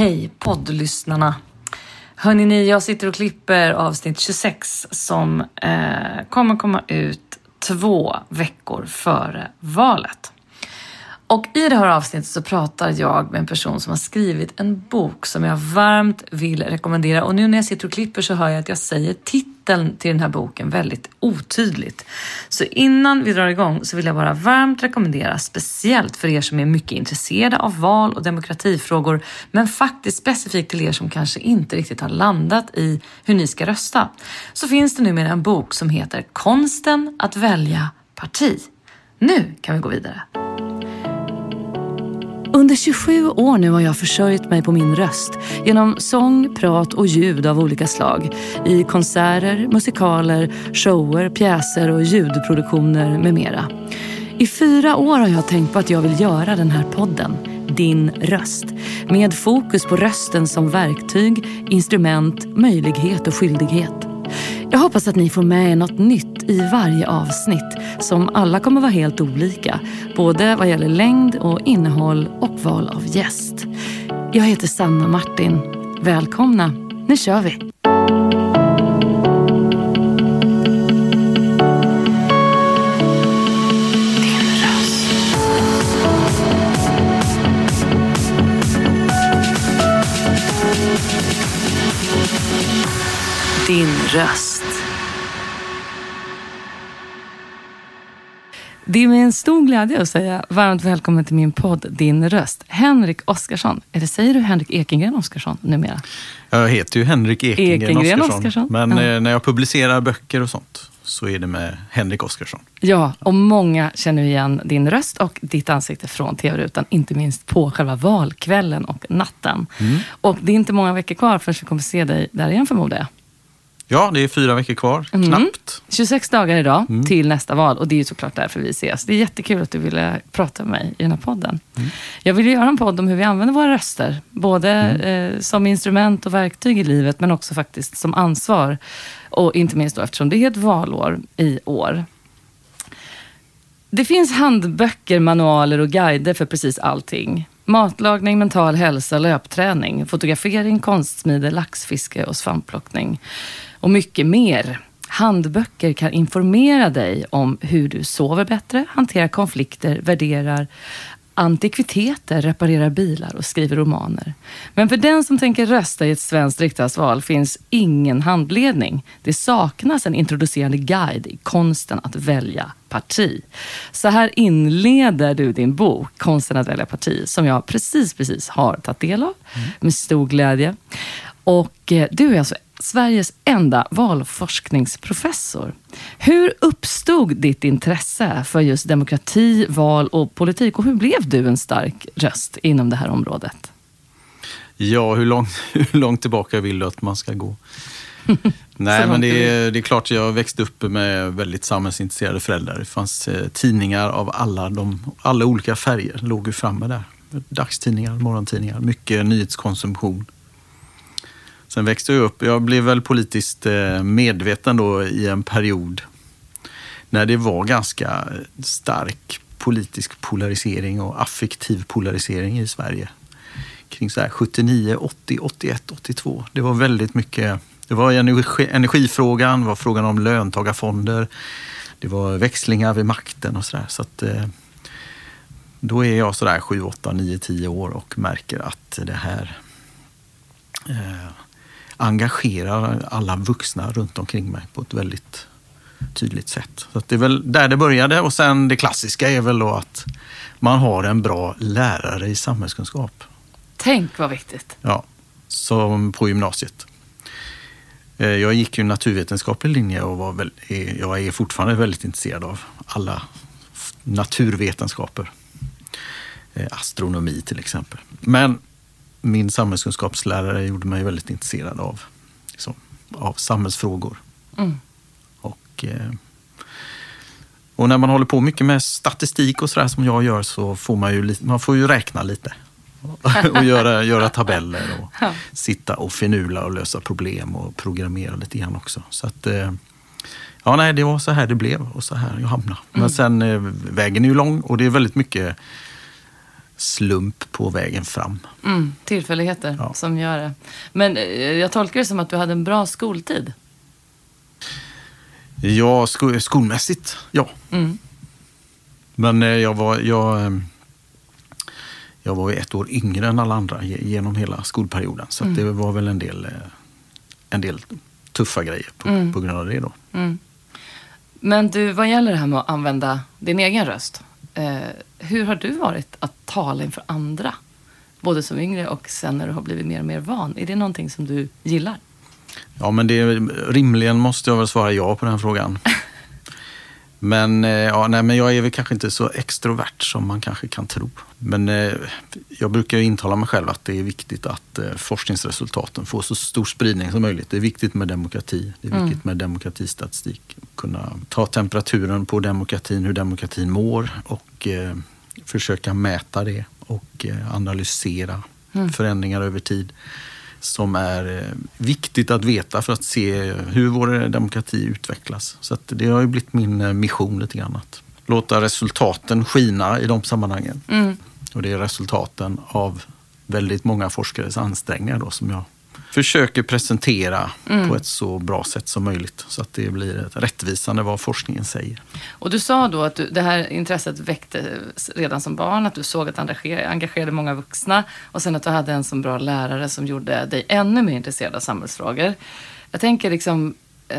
Hej poddlyssnarna. Hörrni ni, jag sitter och klipper avsnitt 26 som kommer komma ut 2 veckor före valet. Och i det här avsnittet så pratar jag med en person som har skrivit en bok som jag varmt vill rekommendera. Och nu när jag sitter och klipper så hör jag att jag säger titeln till den här boken väldigt otydligt. Så innan vi drar igång så vill jag bara varmt rekommendera, speciellt för er som är mycket intresserade av val- och demokratifrågor, men faktiskt specifikt till er som kanske inte riktigt har landat i hur ni ska rösta. Så finns det numera en bok som heter Konsten att välja parti. Nu kan vi gå vidare. Under 27 år nu har jag försörjt mig på min röst genom sång, prat och ljud av olika slag i konserter, musikaler, shower, pjäser och ljudproduktioner med mera. I 4 år har jag tänkt på att jag vill göra den här podden, Din röst, med fokus på rösten som verktyg, instrument, möjlighet och skyldighet. Jag hoppas att ni får med något nytt i varje avsnitt som alla kommer vara helt olika, både vad gäller längd och innehåll och val av gäst. Jag heter Sanna Martin. Välkomna, nu kör vi! Din röst. Det är med en stor glädje att säga varmt välkommen till min podd Din röst. Henrik Oskarsson. Eller säger du Henrik Ekengren Oskarsson numera? Jag heter ju Henrik Ekengren Oskarsson. Men när jag publicerar böcker och sånt så är det med Henrik Oskarsson. Ja, och många känner igen din röst och ditt ansikte från tv-rutan. Inte minst på själva valkvällen och natten. Och det är inte många veckor kvar förrän vi kommer se dig där igen, förmodar jag. Ja, det är 4 veckor kvar, knappt. 26 dagar idag till nästa val, och det är ju såklart därför vi ses. Det är jättekul att du ville prata med mig i den här podden. Jag vill göra en podd om hur vi använder våra röster, både som instrument och verktyg i livet, men också faktiskt som ansvar. Och inte minst då eftersom det är ett valår i år. Det finns handböcker, manualer och guider för precis allting. Matlagning, mental hälsa, löpträning, fotografering, konstsmide, laxfiske och svampplockning. Och mycket mer. Handböcker kan informera dig om hur du sover bättre, hanterar konflikter, värderar antikviteter, reparerar bilar och skriver romaner. Men för den som tänker rösta i ett svenskt riksdagsval finns ingen handledning. Det saknas en introducerande guide i konsten att välja parti. Så här inleder du din bok Konsten att välja parti, som jag precis har tagit del av med stor glädje. Och du är alltså Sveriges enda valforskningsprofessor. Hur uppstod ditt intresse för just demokrati, val och politik, och hur blev du en stark röst inom det här området? Ja, hur långt tillbaka vill du att man ska gå? Nej, men det är klart, jag växte upp med väldigt samhällsintresserade föräldrar. Det fanns tidningar av alla olika färger låg ju framme där. Dagstidningar, morgontidningar, mycket nyhetskonsumtion. Sen växte jag upp. Jag blev väl politiskt medveten då i en period när det var ganska stark politisk polarisering och affektiv polarisering i Sverige. Kring så här 79, 80, 81, 82. Det var väldigt mycket. Det var energifrågan, det var frågan om löntagarfonder, det var växlingar vid makten och sådär. Så att då är jag sådär 7, 8, 9, 10 år och märker att det här engagerar alla vuxna runt omkring mig på ett väldigt tydligt sätt. Så att det är väl där det började, och sen det klassiska är väl då att man har en bra lärare i samhällskunskap. Tänk vad viktigt. Ja, som på gymnasiet. Jag gick ju en naturvetenskaplig linje och jag är fortfarande väldigt intresserad av alla naturvetenskaper. Astronomi till exempel. Men min samhällskunskapslärare gjorde mig väldigt intresserad av samhällsfrågor. Och när man håller på mycket med statistik och sådär som jag gör, så får man får ju räkna lite. Och göra tabeller och sitta och finula och lösa problem och programmera lite grann också. Så att det var så här det blev och så här jag hamnade. Men sen vägen är ju lång och det är väldigt mycket slump på vägen fram. Tillfälligheter som gör det. Men jag tolkar det som att du hade en bra skoltid. Ja, skolmässigt, ja. Men jag var ju 1 år yngre än alla andra genom hela skolperioden. Så att det var väl en del tuffa grejer på grund av det då. Men du, vad gäller det här med att använda din egen röst? Hur har du varit att tala inför andra? Både som yngre och sen när du har blivit mer och mer van. Är det någonting som du gillar? Ja, men rimligen måste jag väl svara ja på den frågan. Men jag är väl kanske inte så extrovert som man kanske kan tro. Men jag brukar intala mig själv att det är viktigt att forskningsresultaten får så stor spridning som möjligt. Det är viktigt med demokrati. Det är viktigt med demokratistatistik. Kunna ta temperaturen på demokratin, hur demokratin mår och försöka mäta det och analysera förändringar över tid. Som är viktigt att veta för att se hur vår demokrati utvecklas. Så att det har ju blivit min mission lite grann att låta resultaten skina i de sammanhangen. Och det är resultaten av väldigt många forskares ansträngningar då som jag försöker presentera på ett så bra sätt som möjligt. Så att det blir ett rättvisande vad forskningen säger. Och du sa då att det här intresset väcktes redan som barn. Att du såg att engagerade många vuxna. Och sen att du hade en så bra lärare som gjorde dig ännu mer intresserad av samhällsfrågor. Jag tänker liksom...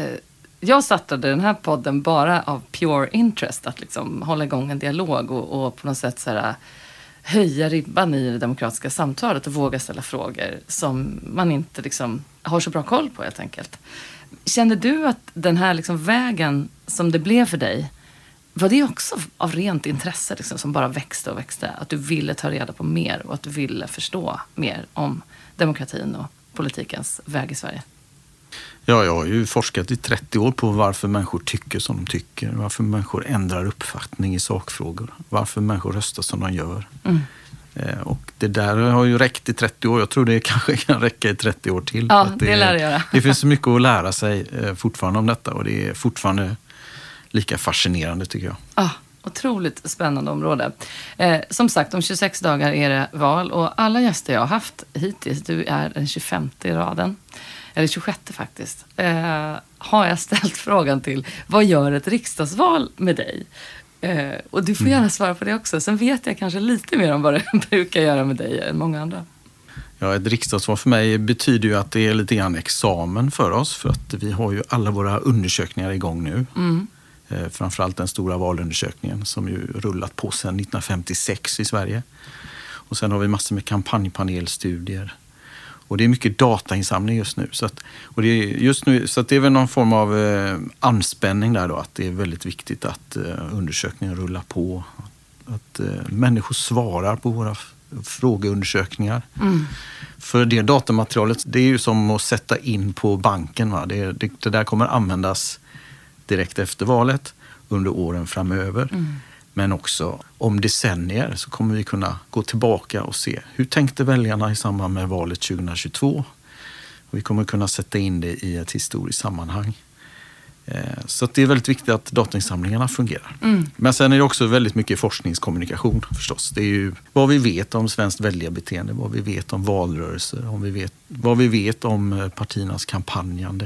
Jag startade den här podden bara av pure interest. Att liksom hålla igång en dialog och på något sätt så här... höja ribban i det demokratiska samtalet och våga ställa frågor som man inte liksom har så bra koll på helt enkelt. Kände du att den här liksom vägen som det blev för dig, var det också av rent intresse liksom, som bara växte och växte? Att du ville ta reda på mer och att du ville förstå mer om demokratin och politikens väg i Sverige? Ja, jag har ju forskat i 30 år på varför människor tycker som de tycker. Varför människor ändrar uppfattning i sakfrågor. Varför människor röstar som de gör. Och det där har ju räckt i 30 år. Jag tror det kanske kan räcka i 30 år till. Ja, det lär det göra. Det finns så mycket att lära sig fortfarande om detta. Och det är fortfarande lika fascinerande tycker jag. Ja, otroligt spännande område. Som sagt, om 26 dagar är det val. Och alla gäster jag har haft hittills, du är den 25 i raden. Eller 26 faktiskt, har jag ställt frågan till vad gör ett riksdagsval med dig? Och du får gärna svara på det också. Sen vet jag kanske lite mer om vad det brukar göra med dig än många andra. Ja, ett riksdagsval för mig betyder ju att det är lite grann examen för oss. För att vi har ju alla våra undersökningar igång nu. Framförallt den stora valundersökningen som ju rullat på sedan 1956 i Sverige. Och sen har vi massor med kampanjpanelstudier. Och det är mycket datainsamling just nu. Så att det är väl någon form av anspänning där då. Att det är väldigt viktigt att undersökningen rullar på. Att människor svarar på våra frågeundersökningar. För det datamaterialet, det är ju som att sätta in på banken. Va? Det där kommer användas direkt efter valet under åren framöver. Men också om decennier så kommer vi kunna gå tillbaka och se hur tänkte väljarna i samband med valet 2022. Och vi kommer kunna sätta in det i ett historiskt sammanhang. Så att det är väldigt viktigt att datainsamlingarna fungerar. Men sen är det också väldigt mycket forskningskommunikation förstås. Det är ju vad vi vet om svenskt väljarbeteende, vad vi vet om valrörelser, vad vi vet om partiernas kampanjande.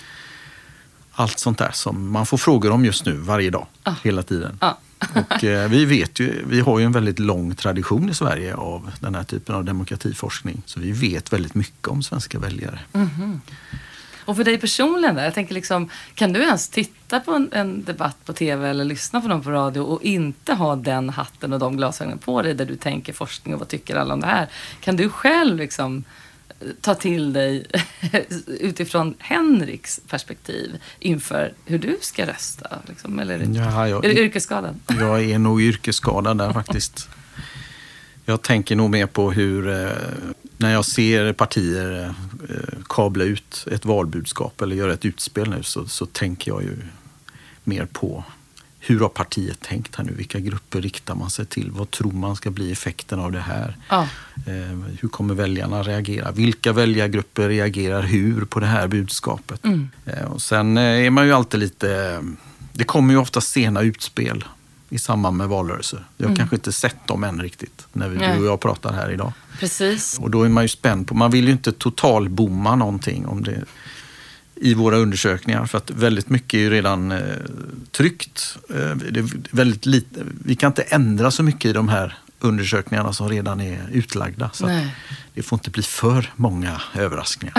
Allt sånt där som man får frågor om just nu varje dag, hela tiden. Och vi har ju en väldigt lång tradition i Sverige av den här typen av demokratiforskning. Så vi vet väldigt mycket om svenska väljare. Och för dig personligen där, jag tänker liksom, kan du ens titta på en debatt på tv eller lyssna på någon på radio och inte ha den hatten och de glasögonen på dig där du tänker forskning och vad tycker alla om det här? Kan du själv liksom ta till dig utifrån Henriks perspektiv inför hur du ska rösta? Liksom, eller är du yrkesskadad? Jag är nog yrkesskadad där faktiskt. Jag tänker nog mer på hur, när jag ser partier kabla ut ett valbudskap eller göra ett utspel nu så tänker jag ju mer på hur har partiet tänkt här nu? Vilka grupper riktar man sig till? Vad tror man ska bli effekten av det här? Hur kommer väljarna reagera? Vilka väljargrupper reagerar hur på det här budskapet? Och sen är man ju alltid lite... Det kommer ju ofta sena utspel i samband med valrörelser. Jag har kanske inte sett dem än riktigt när du och jag pratar här idag. Precis. Och då är man ju spänd på, man vill ju inte totalbomma någonting om det i våra undersökningar, för att väldigt mycket är ju redan tryckt. Det är väldigt lite, vi kan inte ändra så mycket i de här undersökningarna som redan är utlagda. Så att det får inte bli för många överraskningar.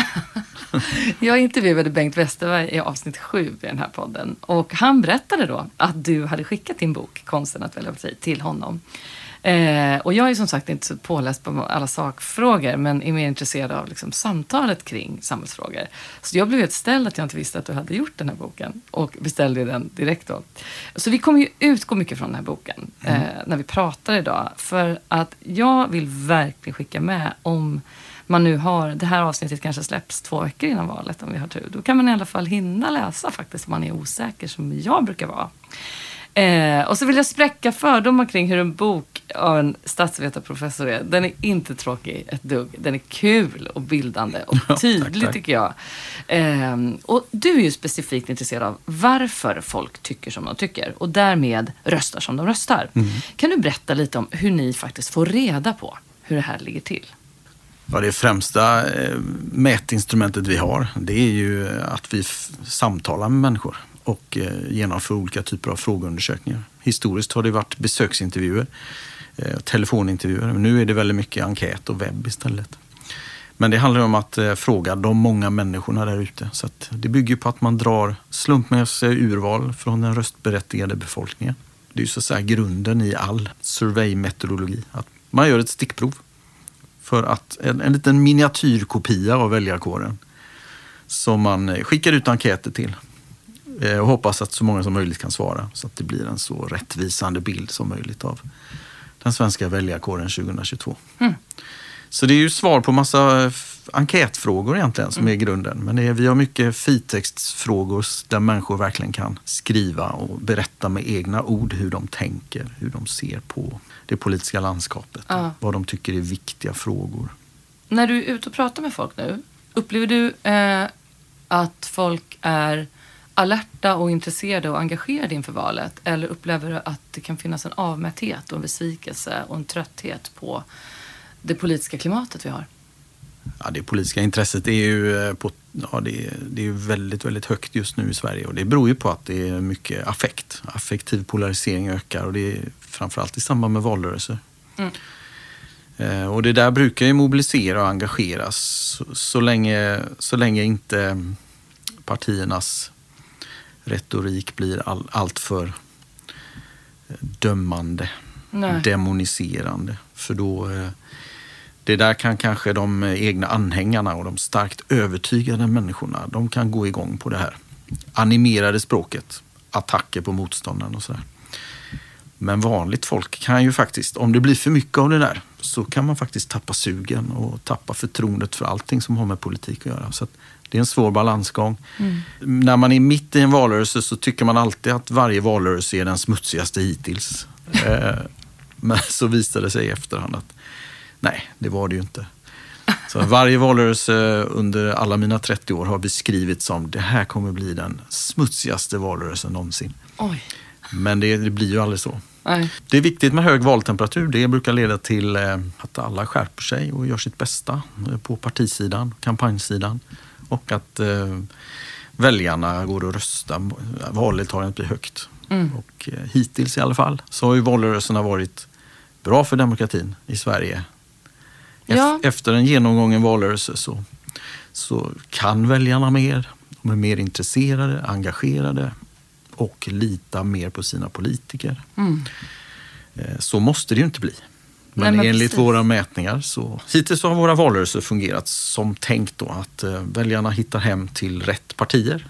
Jag intervjuade Bengt Westerberg i avsnitt 7 i den här podden. Och han berättade då att du hade skickat din bok Konsten att välja parti till honom. Och jag är som sagt inte så påläst på alla sakfrågor, men är mer intresserad av liksom samtalet kring samhällsfrågor. Så jag blev helt ställd att jag inte visste att du hade gjort den här boken och beställde den direkt då. Så vi kommer ju utgå mycket från den här boken när vi pratar idag, för att jag vill verkligen skicka med, om man nu har, det här avsnittet kanske släpps 2 veckor innan valet om vi har tur, då kan man i alla fall hinna läsa faktiskt om man är osäker, som jag brukar vara. Och så vill jag spräcka fördomar kring hur en bok av en statsvetarprofessor är. Den är inte tråkig ett dugg. Den är kul och bildande och tydlig, tack. Tycker jag. Och du är ju specifikt intresserad av varför folk tycker som de tycker och därmed röstar som de röstar. Kan du berätta lite om hur ni faktiskt får reda på hur det här ligger till? Ja, det främsta mätinstrumentet vi har, det är ju att vi samtalar med människor och genomför olika typer av frågeundersökningar. Historiskt har det varit besöksintervjuer, telefonintervjuer. Men nu är det väldigt mycket enkät och webb istället. Men det handlar om att fråga de många människorna där ute. Så att det bygger på att man drar slumpmässiga urval från den röstberättigade befolkningen. Det är ju så att säga grunden i all survey-metodologi. Att man gör ett stickprov för att en liten miniatyrkopia av väljarkåren som man skickar ut enkäter till. Och hoppas att så många som möjligt kan svara, så att det blir en så rättvisande bild som möjligt av den svenska väljarkåren 2022. Så det är ju svar på massa enkätfrågor egentligen som är grunden. Men vi har mycket fritextfrågor där människor verkligen kan skriva och berätta med egna ord hur de tänker, hur de ser på det politiska landskapet, vad de tycker är viktiga frågor. När du är ute och pratar med folk nu, upplever du att folk är alerta och intresserade och engagerade inför valet? Eller upplever du att det kan finnas en avmätthet och en besvikelse och en trötthet på det politiska klimatet vi har? Ja, det politiska intresset är ju det är väldigt, väldigt högt just nu i Sverige. Och det beror ju på att det är mycket affekt. Affektiv polarisering ökar, och det är framförallt i samband med valrörelser. Och det där brukar ju mobilisera och engagera så länge inte partiernas retorik blir allt för dömande, demoniserande. För då, det där kan kanske de egna anhängarna och de starkt övertygade människorna, de kan gå igång på det här animerade språket, attacker på motståndaren och sådär. Men vanligt folk kan ju faktiskt, om det blir för mycket av det där, så kan man faktiskt tappa sugen och tappa förtroendet för allting som har med politik att göra. Så att det är en svår balansgång. När man är mitt i en valrörelse så tycker man alltid att varje valrörelse är den smutsigaste hittills. Men så visade det sig i efterhand att nej, det var det ju inte. Så varje valrörelse under alla mina 30 år har beskrivits som det här kommer bli den smutsigaste valrörelsen någonsin. Oj. Men det blir ju aldrig så. Nej. Det är viktigt med hög valtemperatur. Det brukar leda till att alla skärper sig och gör sitt bästa på partisidan, kampanjsidan. Och att väljarna går och röstar. Valdeltagandet blir högt. Och hittills i alla fall så har ju valrörelserna varit bra för demokratin i Sverige. Efter en genomgången valrörelse så kan väljarna mer. De är mer intresserade, engagerade och litar mer på sina politiker. Så måste det ju inte bli. Men enligt våra mätningar så hittills har våra valrörelser fungerat som tänkt då, att väljarna hittar hem till rätt partier.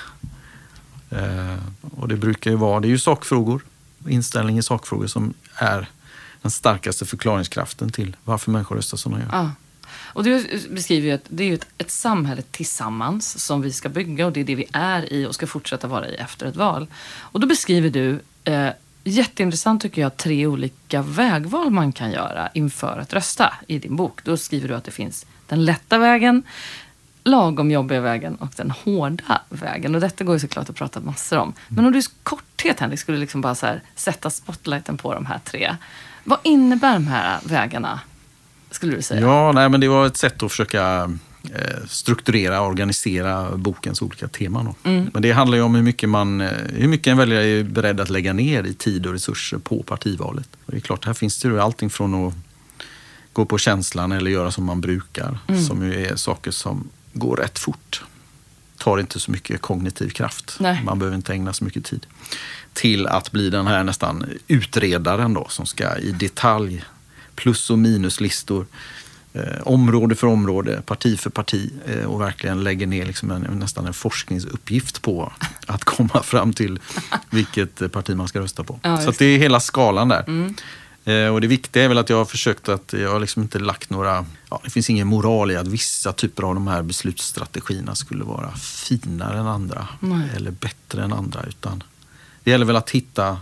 Och det brukar ju vara, det är ju sakfrågor, inställning i sakfrågor som är den starkaste förklaringskraften till varför människor röstar som de gör. Ja. Och du beskriver ju att det är ju ett samhälle tillsammans som vi ska bygga, och det är det vi är i och ska fortsätta vara i efter ett val. Och då beskriver du jätteintressant tycker jag 3 olika vägval man kan göra inför att rösta i din bok. Då skriver du att det finns den lätta vägen, lagom jobbiga vägen och den hårda vägen. Och detta går ju såklart att prata massor om. Men om du i korthet, Henrik, skulle liksom bara så här sätta spotlighten på de här 3. Vad innebär de här vägarna, skulle du säga? Ja, men det var ett sätt att försöka strukturera, organisera bokens olika teman. Men det handlar ju om hur mycket en väljare är beredd att lägga ner i tid och resurser på partivalet. Och det är klart, här finns det ju allting från att gå på känslan eller göra som man brukar, som ju är saker som går rätt fort. Tar inte så mycket kognitiv kraft. Nej. Man behöver inte ägna så mycket tid. Till att bli den här nästan utredaren då, som ska i detalj, plus- och minuslistor, område för område, parti för parti, och verkligen lägger ner liksom nästan en forskningsuppgift på att komma fram till vilket parti man ska rösta på. Ja, så att det är hela skalan där. Och det viktiga är väl att jag har försökt att jag har liksom inte lagt några... Ja, det finns ingen moral i att vissa typer av de här beslutsstrategierna skulle vara finare än andra. Eller bättre än andra. Utan det gäller väl att hitta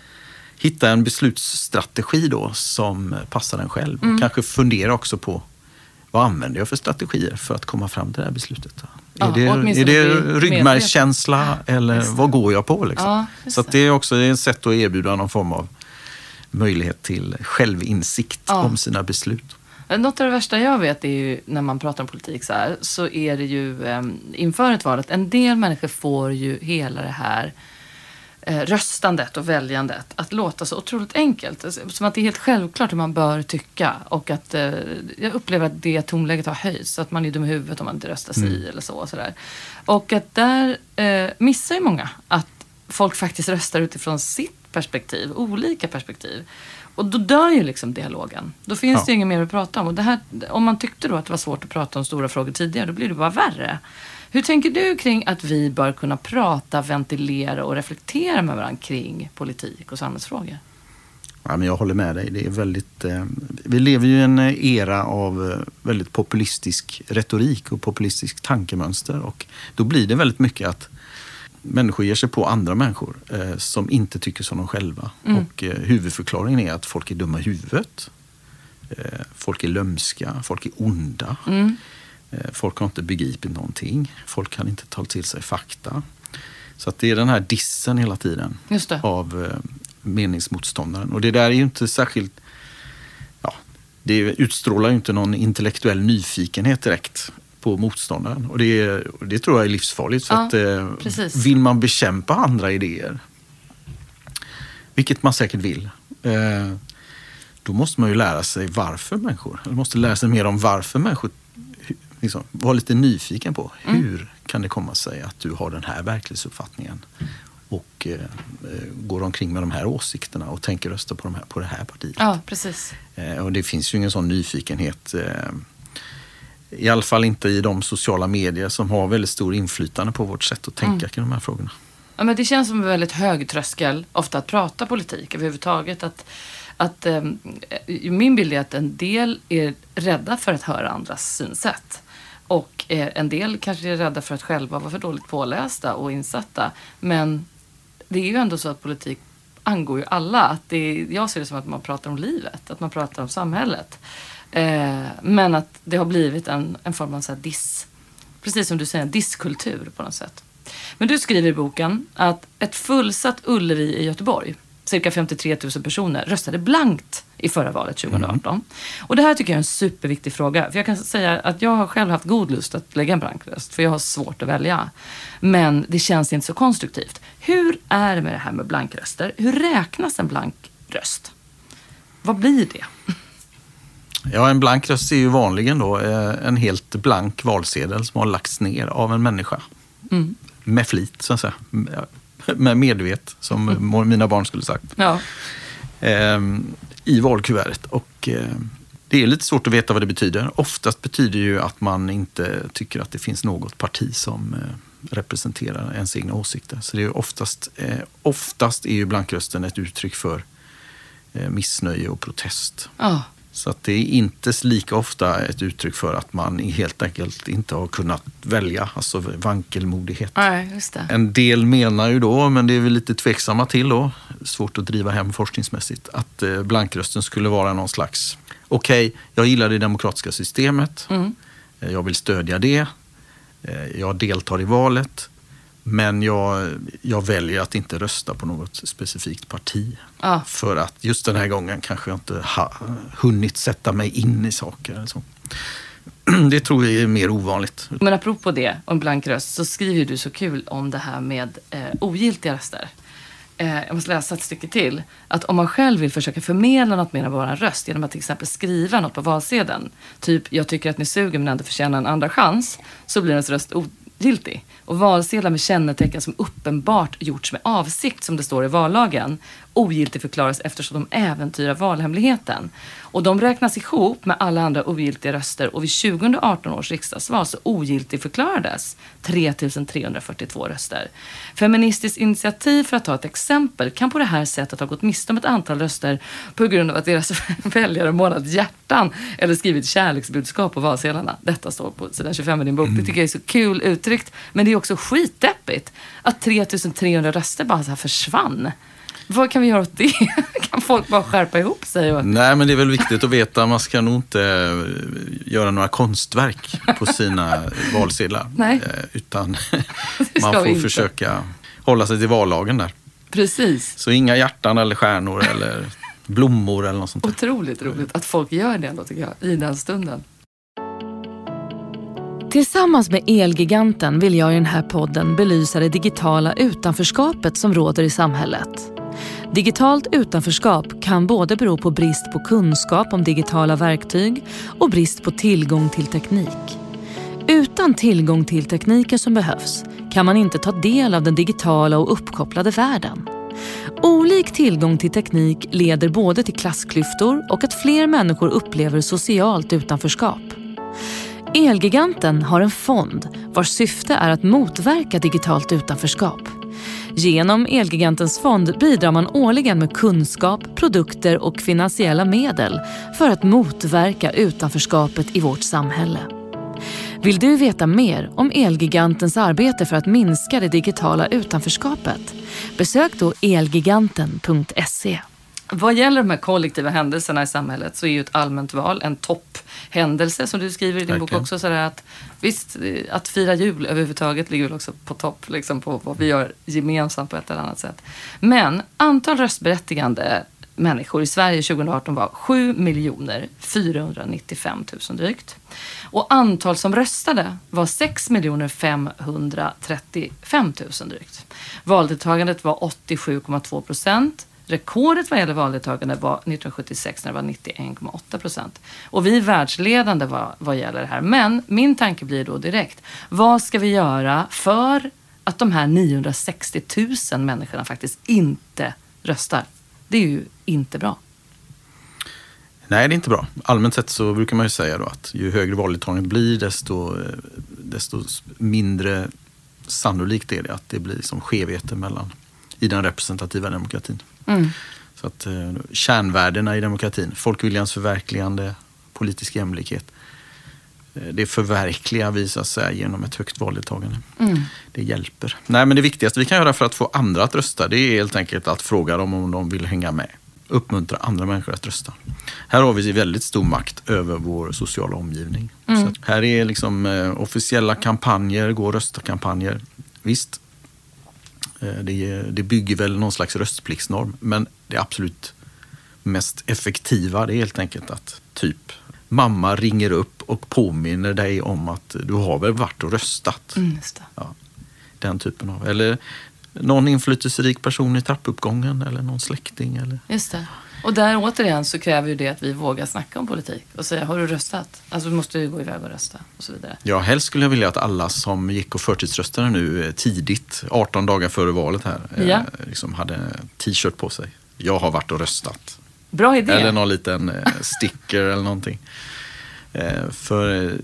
en beslutsstrategi då som passar en själv. Och kanske fundera också på vad använder jag för strategier för att komma fram till det här beslutet. Ja, är det ryggmärgskänsla eller vad går jag på? Liksom? Ja, så att det är också ett sätt att erbjuda någon form av möjlighet till självinsikt om sina beslut. Något av det värsta jag vet är ju när man pratar om politik så är det ju inför ett valet, en del människor får ju hela det här röstandet och väljandet att låta så otroligt enkelt. Som att det är helt självklart hur man bör tycka. Och att jag upplever att det tonläget har höjts. Så att man är dum i huvudet om man inte röstar sig eller så. Och sådär. Och att där missar ju många att folk faktiskt röstar utifrån sitt perspektiv. Olika perspektiv. Och då dör ju liksom dialogen. Då finns det ju inget mer att prata om. Och det här, om man tyckte då att det var svårt att prata om stora frågor tidigare, då blir det bara värre. Hur tänker du kring att vi bör kunna prata, ventilera och reflektera med varandra kring politik och samhällsfrågor? Ja, men jag håller med dig. Det är väldigt, vi lever ju i en era av väldigt populistisk retorik och populistisk tankemönster. Och då blir det väldigt mycket att människor ger sig på andra människor som inte tycker som de själva. Och huvudförklaringen är att folk är dumma i huvudet. Folk är lömska, folk är onda. Folk har inte begripit någonting. Folk kan inte ta till sig fakta. Så att det är den här dissen hela tiden av meningsmotståndaren. Och det där är ju inte särskilt... Ja, det utstrålar ju inte någon intellektuell nyfikenhet direkt på motståndaren. Och det tror jag är livsfarligt. För att vill man bekämpa andra idéer, vilket man säkert vill, då måste man ju lära sig varför människor... Man måste lära sig mer om varför människor... Liksom, var lite nyfiken på hur kan det komma sig att du har den här verklighetsuppfattningen och går omkring med de här åsikterna och tänker rösta på det här partiet. Ja, precis. Och det finns ju ingen sån nyfikenhet, i alla fall inte i de sociala medier som har väldigt stor inflytande på vårt sätt att tänka kring de här frågorna. Ja, men det känns som en väldigt hög tröskel ofta att prata politik överhuvudtaget. Att min bild är att en del är rädda för att höra andras synsätt. Och en del kanske är rädda för att själva vara för dåligt pålästa och insatta. Men det är ju ändå så att politik angår ju alla. Att jag ser det som att man pratar om livet, att man pratar om samhället. Men att det har blivit en form av så här precis som du säger, en disskultur på något sätt. Men du skriver i boken att ett fullsatt Ullevi i Göteborg, cirka 53 000 personer, röstade blankt i förra valet 2018. Och det här tycker jag är en superviktig fråga. För jag kan säga att jag har själv haft god lust att lägga en blank röst. För jag har svårt att välja. Men det känns inte så konstruktivt. Hur är det med det här med blankröster? Hur räknas en blank röst? Vad blir det? Ja, en blank röst är ju vanligen då en helt blank valsedel som har lagts ner av en människa. Med flit, så att säga. Med medvet, som mina barn skulle sagt. Ja. I valkuvertet. Och det är lite svårt att veta vad det betyder. Oftast betyder det ju att man inte tycker att det finns något parti som representerar ens egna åsikter. Så det är oftast är ju blankrösten ett uttryck för missnöje och protest. Ja. Så att det är inte lika ofta ett uttryck för att man helt enkelt inte har kunnat välja, alltså vankelmodighet. Nej, just det. En del menar ju då, men det är vi lite tveksamma till då, svårt att driva hem forskningsmässigt, att blankrösten skulle vara någon slags, okej, jag gillar det demokratiska systemet, jag vill stödja det, Jag deltar i valet, men jag väljer att inte rösta på något specifikt parti. För att just den här gången kanske jag inte har hunnit sätta mig in i saker. Eller så. Det tror jag är mer ovanligt. Men apropå det, om blank röst, så skriver du så kul om det här med ogiltiga röster. Jag måste läsa ett stycke till. Att om man själv vill försöka förmedla något mer än bara en röst genom att till exempel skriva något på valsedeln. Typ, jag tycker att ni suger men ändå förtjänar en andra chans. Så blir ens röst ogiltig. Och valsedlar med kännetecken som uppenbart gjorts med avsikt, som det står i vallagen, ogiltig förklaras eftersom de äventyrar valhemligheten. Och de räknas ihop med alla andra ogiltiga röster, och vid 2018 års riksdagsval så ogiltig förklarades 3342 röster. Feministiskt initiativ, för att ta ett exempel, kan på det här sättet ha gått miste om ett antal röster på grund av att deras väljare målat hjärtan eller skrivit kärleksbudskap på valsedlarna. Detta står på sidan 25 i din bok. Det tycker jag är så kul uttryckt, men det är också skitdeppigt att 3300 röster bara så här försvann. Vad kan vi göra åt det? Kan folk bara skärpa ihop sig? Nej, men det är väl viktigt att veta. Man ska nog inte göra några konstverk på sina valsedlar. Nej. Utan man får försöka hålla sig till vallagen där. Precis. Så inga hjärtan eller stjärnor eller blommor eller något sånt där. Otroligt roligt att folk gör det ändå, tycker jag, i den stunden. Tillsammans med Elgiganten vill jag i den här podden belysa det digitala utanförskapet som råder i samhället. Digitalt utanförskap kan både bero på brist på kunskap om digitala verktyg och brist på tillgång till teknik. Utan tillgång till tekniken som behövs kan man inte ta del av den digitala och uppkopplade världen. Olik tillgång till teknik leder både till klassklyftor och att fler människor upplever socialt utanförskap. Elgiganten har en fond vars syfte är att motverka digitalt utanförskap. Genom Elgigantens fond bidrar man årligen med kunskap, produkter och finansiella medel för att motverka utanförskapet i vårt samhälle. Vill du veta mer om Elgigantens arbete för att minska det digitala utanförskapet? Besök då elgiganten.se. Vad gäller de här kollektiva händelserna i samhället så är ju ett allmänt val en topphändelse, som du skriver i din bok också. Så att, visst, att fira jul överhuvudtaget ligger väl också på topp, liksom på vad vi gör gemensamt på ett eller annat sätt. Men antal röstberättigande människor i Sverige 2018 var 7 495 000 drygt. Och antal som röstade var 6 535 000 drygt. Valdeltagandet var 87,2%. Rekordet vad gäller valdeltagande var 1976 när det var 91,8%. Och vi är världsledande vad gäller det här. Men min tanke blir då direkt, vad ska vi göra för att de här 960 000 människorna faktiskt inte röstar? Det är ju inte bra. Nej, det är inte bra. Allmänt sett så brukar man ju säga då att ju högre valdeltagandet blir, desto mindre sannolikt är det att det blir som skevheter i den representativa demokratin. Så att kärnvärdena i demokratin, folkviljans förverkligande, politisk jämlikhet, det förverkligar vi så att säga genom ett högt valdeltagande. Det hjälper. Nej, men det viktigaste vi kan göra för att få andra att rösta, det är helt enkelt att fråga dem om de vill hänga med. Uppmuntra andra människor att rösta. Här har vi väldigt stor makt över vår sociala omgivning. Så att här är liksom officiella kampanjer, gå och rösta-kampanjer. Visst, det bygger väl någon slags röstpliktsnorm, men det absolut mest effektiva, det är helt enkelt att typ mamma ringer upp och påminner dig om att du har väl varit och röstat. Just det. Ja, den typen av, eller någon inflytelserik person i trappuppgången eller någon släkting. Eller. Just det. Och där återigen så kräver ju det att vi vågar snacka om politik och säga, har du röstat? Alltså du måste ju gå iväg och rösta och så vidare. Ja, helst skulle jag vilja att alla som gick och förtidsröstade nu tidigt, 18 dagar före valet här, liksom hade t-shirt på sig. Jag har varit och röstat. Bra idé. Eller någon liten sticker eller någonting. För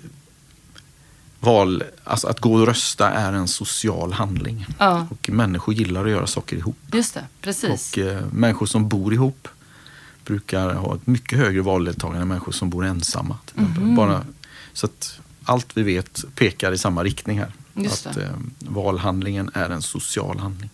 alltså att gå och rösta är en social handling. Ja. Och människor gillar att göra saker ihop. Just det, precis. Och människor som bor ihop brukar ha ett mycket högre valdeltagande än människor som bor ensamma. Bara, så att allt vi vet pekar i samma riktning här. Just att det. valhandlingen är en social handling.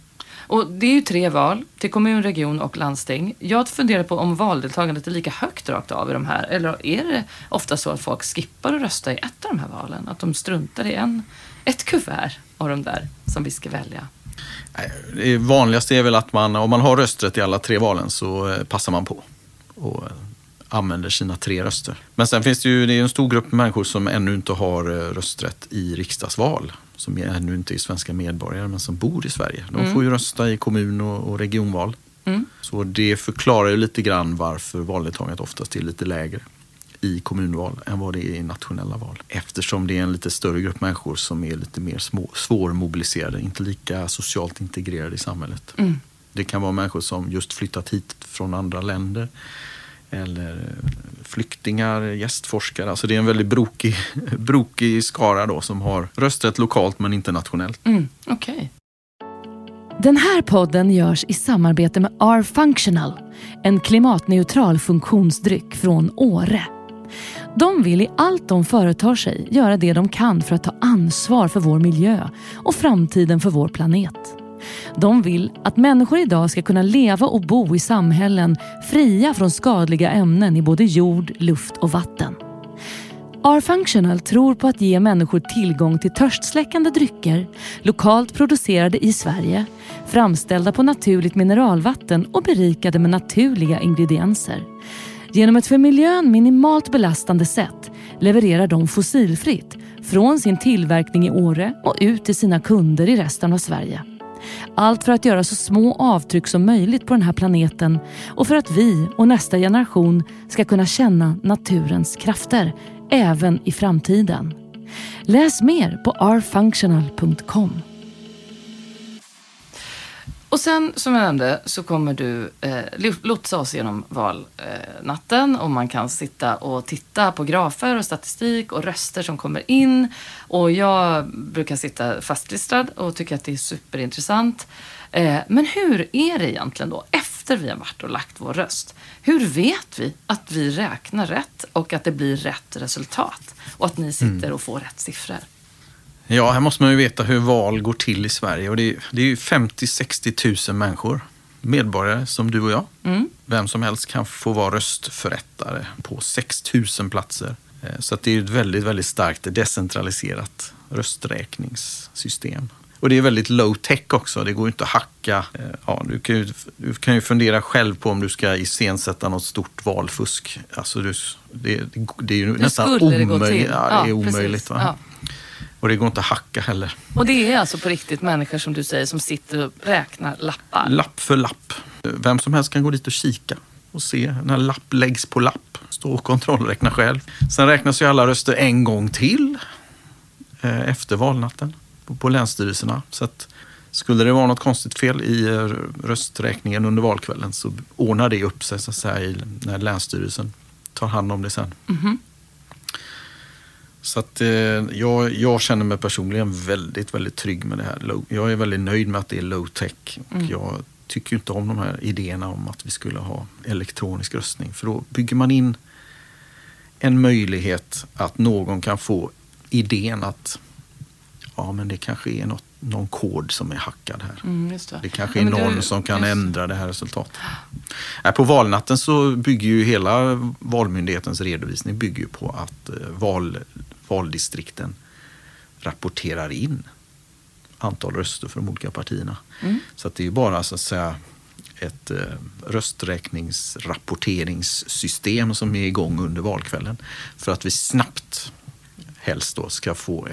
Och det är ju 3 val till kommun, region och landsting. Jag funderar på om valdeltagandet är lika högt rakt av i de här. Eller är det ofta så att folk skippar att rösta i ett av de här valen? Att de struntar i ett kuvert av de där som vi ska välja? Det vanligaste är väl att om man har rösträtt i alla 3 valen så passar man på och använder sina 3 röster. Men sen finns det är en stor grupp människor som ännu inte har rösträtt i riksdagsval. Som ännu inte är svenska medborgare men som bor i Sverige. De får ju rösta i kommun- och regionval. Så det förklarar ju lite grann varför valdeltagandet oftast är lite lägre i kommunval än vad det är i nationella val. Eftersom det är en lite större grupp människor som är lite mer svårmobiliserade, inte lika socialt integrerade i samhället. Det kan vara människor som just flyttat hit från andra länder eller flyktingar, gästforskare. Alltså det är en väldigt brokig skara då som har rösträtt lokalt men inte nationellt. Okej. Den här podden görs i samarbete med R-Functional, en klimatneutral funktionsdryck från Åre. De vill i allt de företar sig göra det de kan för att ta ansvar för vår miljö och framtiden för vår planet. De vill att människor idag ska kunna leva och bo i samhällen fria från skadliga ämnen i både jord, luft och vatten. R-Functional tror på att ge människor tillgång till törstsläckande drycker, lokalt producerade i Sverige, framställda på naturligt mineralvatten och berikade med naturliga ingredienser. Genom ett för miljön minimalt belastande sätt levererar de fossilfritt från sin tillverkning i Åre och ut till sina kunder i resten av Sverige. Allt för att göra så små avtryck som möjligt på den här planeten och för att vi och nästa generation ska kunna känna naturens krafter även i framtiden. Läs mer på rfunctional.com. Och sen, som jag nämnde, så kommer du lotsa oss genom valnatten och man kan sitta och titta på grafer och statistik och röster som kommer in. Och jag brukar sitta fastlistad och tycka att det är superintressant. Men hur är det egentligen då, efter vi har varit och lagt vår röst? Hur vet vi att vi räknar rätt och att det blir rätt resultat? Och att ni sitter och får rätt siffror? Ja, här måste man ju veta hur val går till i Sverige. Och det är ju 50-60 000 människor, medborgare som du och jag. Vem som helst kan få vara röstförrättare på 6 000 platser. Så att det är ett väldigt, väldigt starkt decentraliserat rösträkningssystem. Och det är väldigt low tech också. Det går ju inte att hacka. Ja, du kan ju fundera själv på om du ska iscensätta något stort valfusk. Alltså det är ju nästan omöjligt. Ja, det är omöjligt. Va? Ja. Och det går inte att hacka heller. Och det är alltså på riktigt människor som du säger som sitter och räknar lappar? Lapp för lapp. Vem som helst kan gå dit och kika och se när lapp läggs på lapp. Stå och kontrollräkna själv. Sen räknas ju alla röster en gång till efter valnatten på länsstyrelserna. Så att skulle det vara något konstigt fel i rösträkningen under valkvällen så ordnar det upp sig så att säga när länsstyrelsen tar hand om det sen. Så att jag känner mig personligen väldigt, väldigt trygg med det här. Jag är väldigt nöjd med att det är low tech. Och jag tycker inte om de här idéerna om att vi skulle ha elektronisk röstning. För då bygger man in en möjlighet att någon kan få idén att ja, men det kanske är någon kod som är hackad här. Just det. Det kanske är någon som kan ändra det här resultatet. På valnatten så bygger ju hela valmyndighetens redovisning bygger ju på att valdistrikten rapporterar in antal röster för de olika partierna. Så att det är ju bara så att säga ett rösträkningsrapporteringssystem som är igång under valkvällen för att vi snabbt helst då ska få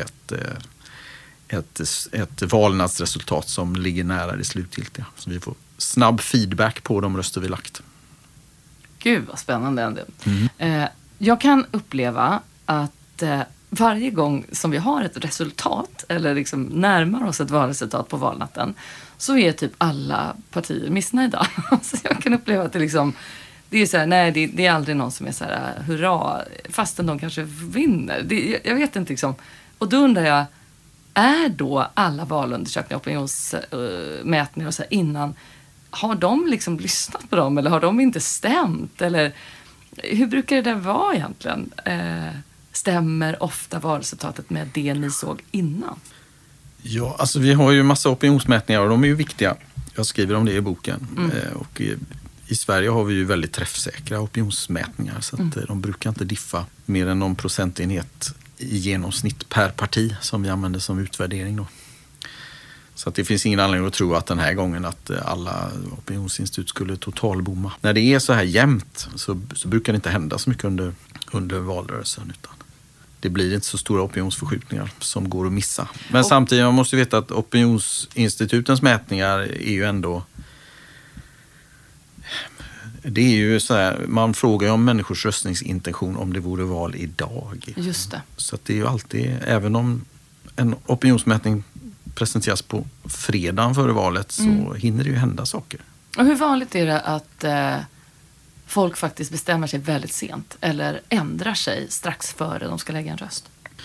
ett valnatsresultat som ligger nära det slutgiltiga. Så vi får snabb feedback på de röster vi lagt. Gud vad spännande. Jag kan uppleva att varje gång som vi har ett resultat eller liksom närmar oss ett valresultat på valnatten så är typ alla partier missnöjda. Så jag kan uppleva att det liksom det är så här, nej det är aldrig någon som är så här hurra fastän de kanske vinner. Jag vet inte liksom. Och då undrar jag, är då alla valundersökningar, opinionsmätningar och så här innan, har de liksom lyssnat på dem eller har de inte stämt? Eller hur brukar det där vara egentligen? Stämmer ofta valresultatet med det ni såg innan? Ja, alltså vi har ju massa opinionsmätningar och de är ju viktiga. Jag skriver om det i boken. Och i Sverige har vi ju väldigt träffsäkra opinionsmätningar så att de brukar inte diffa mer än någon procentenhet i genomsnitt per parti som vi använder som utvärdering då. Så att det finns ingen anledning att tro att den här gången att alla opinionsinstitut skulle totalbomma. När det är så här jämnt så brukar det inte hända så mycket under valrörelsen utan det blir inte så stora opinionsförskjutningar som går att missa. Men samtidigt man måste veta att opinionsinstitutens mätningar är ju ändå det är ju så här, man frågar ju om människors röstningsintention om det vore val idag. Just det. Så att det är ju alltid, även om en opinionsmätning presenteras på fredagen före valet så hinner det ju hända saker. Och hur vanligt är det att folk faktiskt bestämmer sig väldigt sent eller ändrar sig strax före de ska lägga en röst?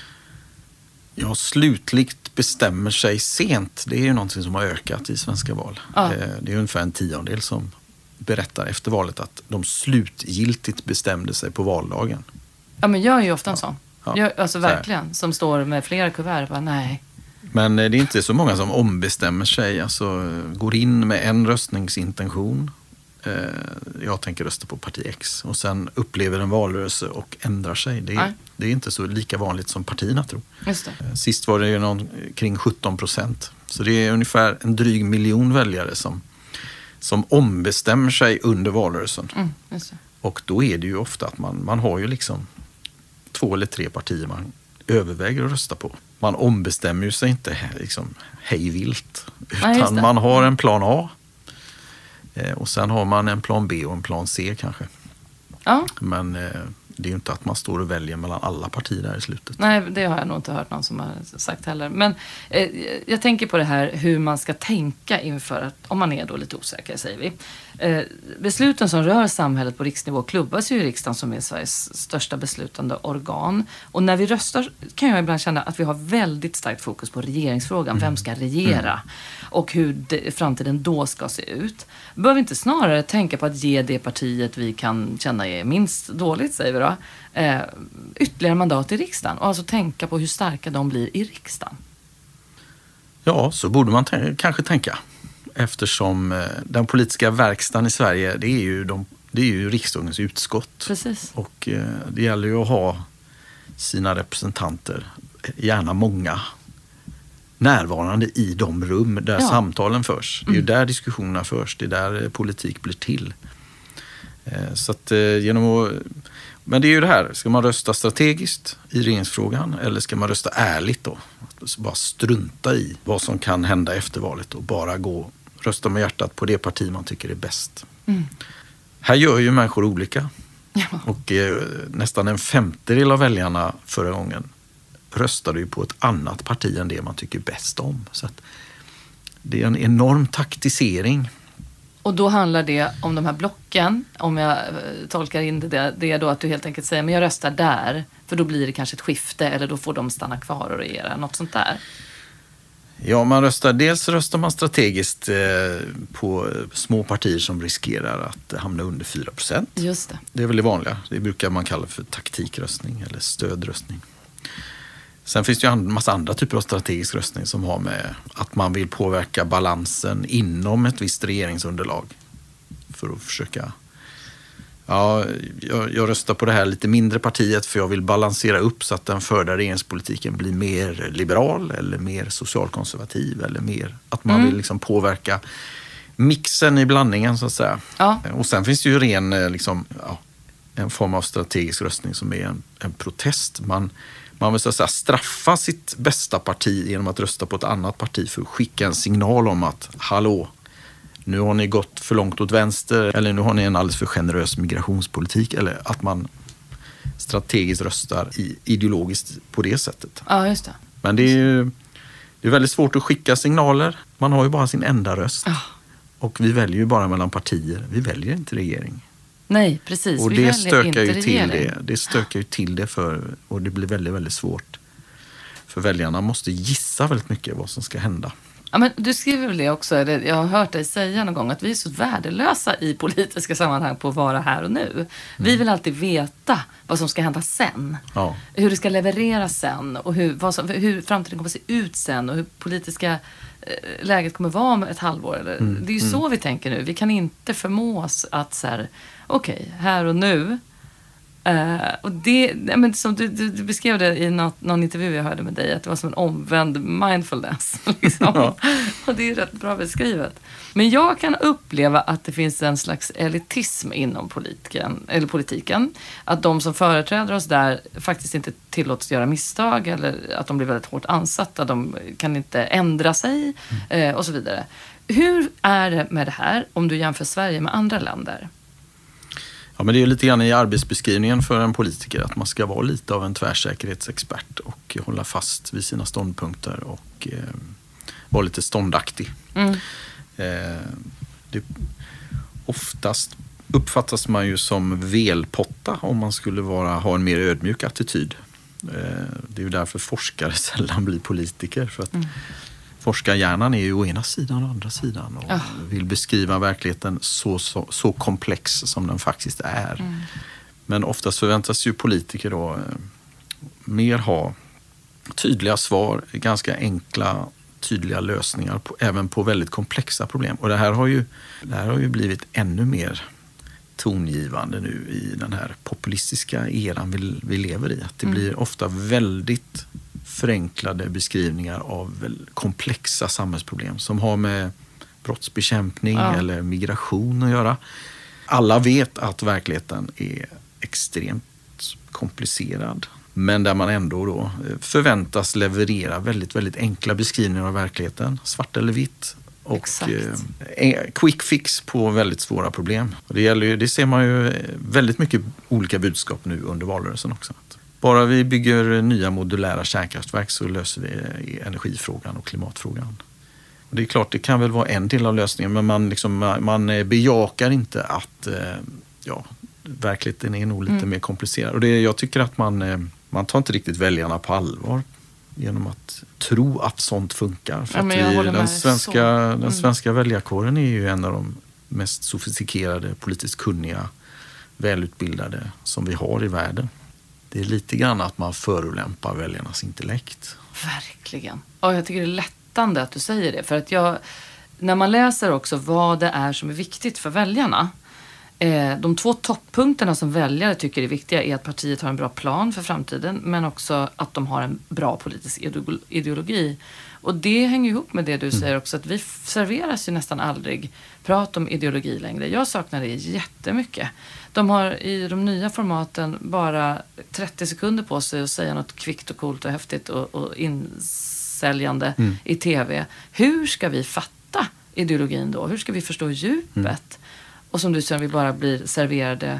Ja, slutligt bestämmer sig sent. Det är ju någonting som har ökat i svenska val. Ja. Det är ungefär en 10% som berättar efter valet att de slutgiltigt bestämde sig på valdagen. Ja, men jag är ju ofta en sån. Ja. Alltså verkligen, som står med flera kuvert. Bara, nej. Men det är inte så många som ombestämmer sig. Alltså går in med en röstningsintention. Jag tänker rösta på parti X. Och sen upplever en valrörelse och ändrar sig. Det är inte så lika vanligt som partierna tror. Just det. Sist var det ju kring 17%. Så det är ungefär en dryg miljon väljare som ombestämmer sig under valrörelsen. Just det. Och då är det ju ofta att man har ju liksom 2 eller 3 partier man överväger att rösta på. Man ombestämmer ju sig inte liksom hejvilt. Utan man har en plan A. Och sen har man en plan B och en plan C kanske. Ja. Men det är ju inte att man står och väljer mellan alla partier där i slutet. Nej, det har jag nog inte hört någon som har sagt heller. Men jag tänker på det här hur man ska tänka inför att, om man är då lite osäker säger vi. Besluten som rör samhället på riksnivå klubbas ju i riksdagen som är Sveriges största beslutande organ. Och när vi röstar kan jag ibland känna att vi har väldigt starkt fokus på regeringsfrågan. Vem ska regera? Och hur framtiden då ska se ut. Bör vi inte snarare tänka på att ge det partiet vi kan känna är minst dåligt, säger vi då, ytterligare mandat i riksdagen? Och alltså tänka på hur starka de blir i riksdagen. Ja, så borde man kanske tänka. Eftersom den politiska verkstaden i Sverige, det är ju riksdagens utskott. Precis. Och det gäller ju att ha sina representanter, gärna många, närvarande i de rum där samtalen förs. Det är ju där diskussionerna förs, det är där politik blir till. Så att men det är ju det här, ska man rösta strategiskt i regeringsfrågan eller ska man rösta ärligt då? Bara strunta i vad som kan hända efter valet och bara rösta med hjärtat på det parti man tycker är bäst. Här gör ju människor olika. Ja. Och nästan en 50% av väljarna förra gången röstade ju på ett annat parti än det man tycker bäst om. Så att det är en enorm taktisering. Och då handlar det om de här blocken, om jag tolkar in det är då att du helt enkelt säger men jag röstar där, för då blir det kanske ett skifte eller då får de stanna kvar och regera, något sånt där. Ja, dels röstar man strategiskt på små partier som riskerar att hamna under 4%. Just det. Det är väl det vanliga. Det brukar man kalla för taktikröstning eller stödröstning. Sen finns det ju en massa andra typer av strategisk röstning som har med att man vill påverka balansen inom ett visst regeringsunderlag. För att försöka... Ja, jag röstar på det här lite mindre partiet för jag vill balansera upp så att den förda regeringspolitiken blir mer liberal eller mer socialkonservativ eller mer att man vill liksom påverka mixen i blandningen så att säga. Ja. Och sen finns det ju en form av strategisk röstning som är en protest. Man vill så att säga straffa sitt bästa parti genom att rösta på ett annat parti för att skicka en signal om att hallå, nu har ni gått för långt åt vänster eller nu har ni en alldeles för generös migrationspolitik eller att man strategiskt röstar ideologiskt på det sättet. Ja, just det. Men det är väldigt svårt att skicka signaler. Man har ju bara sin enda röst. Och vi väljer ju bara mellan partier. Vi väljer inte regering. Nej, precis. Och vi det väljer stökar inte ju till regering. det stökar ju till det och det blir väldigt, väldigt svårt. För väljarna måste gissa väldigt mycket vad som ska hända. Ja, men du skriver väl det också, jag har hört dig säga någon gång att vi är så värdelösa i politiska sammanhang på att vara här och nu. Vi vill alltid veta vad som ska hända sen. Ja. Hur det ska levereras sen och hur framtiden kommer att se ut sen och hur politiska läget kommer vara om ett halvår. Eller, det är ju så vi tänker nu. Vi kan inte förmås att så här, okej, här och nu. Och det, men som du beskrev det i någon intervju jag hörde med dig, att det var som en omvänd mindfulness. Liksom. Ja. Och det är rätt bra beskrivet. Men jag kan uppleva att det finns en slags elitism inom politiken. Att de som företräder oss där faktiskt inte tillåts göra misstag, eller att de blir väldigt hårt ansatta. De kan inte ändra sig och så vidare. Hur är det med det här om du jämför Sverige med andra länder? Ja, men det är lite grann i arbetsbeskrivningen för en politiker att man ska vara lite av en tvärsäkerhetsexpert och hålla fast vid sina ståndpunkter och vara lite ståndaktig. Oftast uppfattas man ju som velpotta om man skulle ha en mer ödmjuk attityd. Det är ju därför forskare sällan blir politiker, för att forskarhjärnan är ju å ena sidan och andra sidan och vill beskriva verkligheten så komplex som den faktiskt är. Men oftast förväntas ju politiker då mer ha tydliga svar, ganska enkla, tydliga lösningar även på väldigt komplexa problem. Och det här har ju blivit ännu mer tongivande nu i den här populistiska eran vi lever i. Att det blir ofta väldigt förenklade beskrivningar av komplexa samhällsproblem som har med brottsbekämpning eller migration att göra. Alla vet att verkligheten är extremt komplicerad, men där man ändå då förväntas leverera väldigt, väldigt enkla beskrivningar av verkligheten, svart eller vitt. Och quick fix på väldigt svåra problem. Och det ser man ju väldigt mycket olika budskap nu under valrörelsen också. Bara vi bygger nya modulära kärnkraftverk så löser vi energifrågan och klimatfrågan. Och det är klart, det kan väl vara en del av lösningen, men man bejakar inte att verkligheten är nog lite mer komplicerad. Och jag tycker att man tar inte riktigt väljarna på allvar genom att tro att sånt funkar. För att den svenska väljarkåren är ju en av de mest sofistikerade, politiskt kunniga, välutbildade som vi har i världen. Det är lite grann att man förolämpar väljarnas intellekt. Verkligen. Och jag tycker det är lättande att du säger det. För att när man läser också vad det är som är viktigt för väljarna. De 2 topppunkterna som väljare tycker är viktiga är att partiet har en bra plan för framtiden, men också att de har en bra politisk ideologi. Och det hänger ihop med det du säger också, att vi serveras ju nästan aldrig prat om ideologi längre. Jag saknar det jättemycket. De har i de nya formaten bara 30 sekunder på sig att säga något kvickt och coolt och häftigt och insäljande i tv. Hur ska vi fatta ideologin då? Hur ska vi förstå djupet? Och som du säger, vi bara blir serverade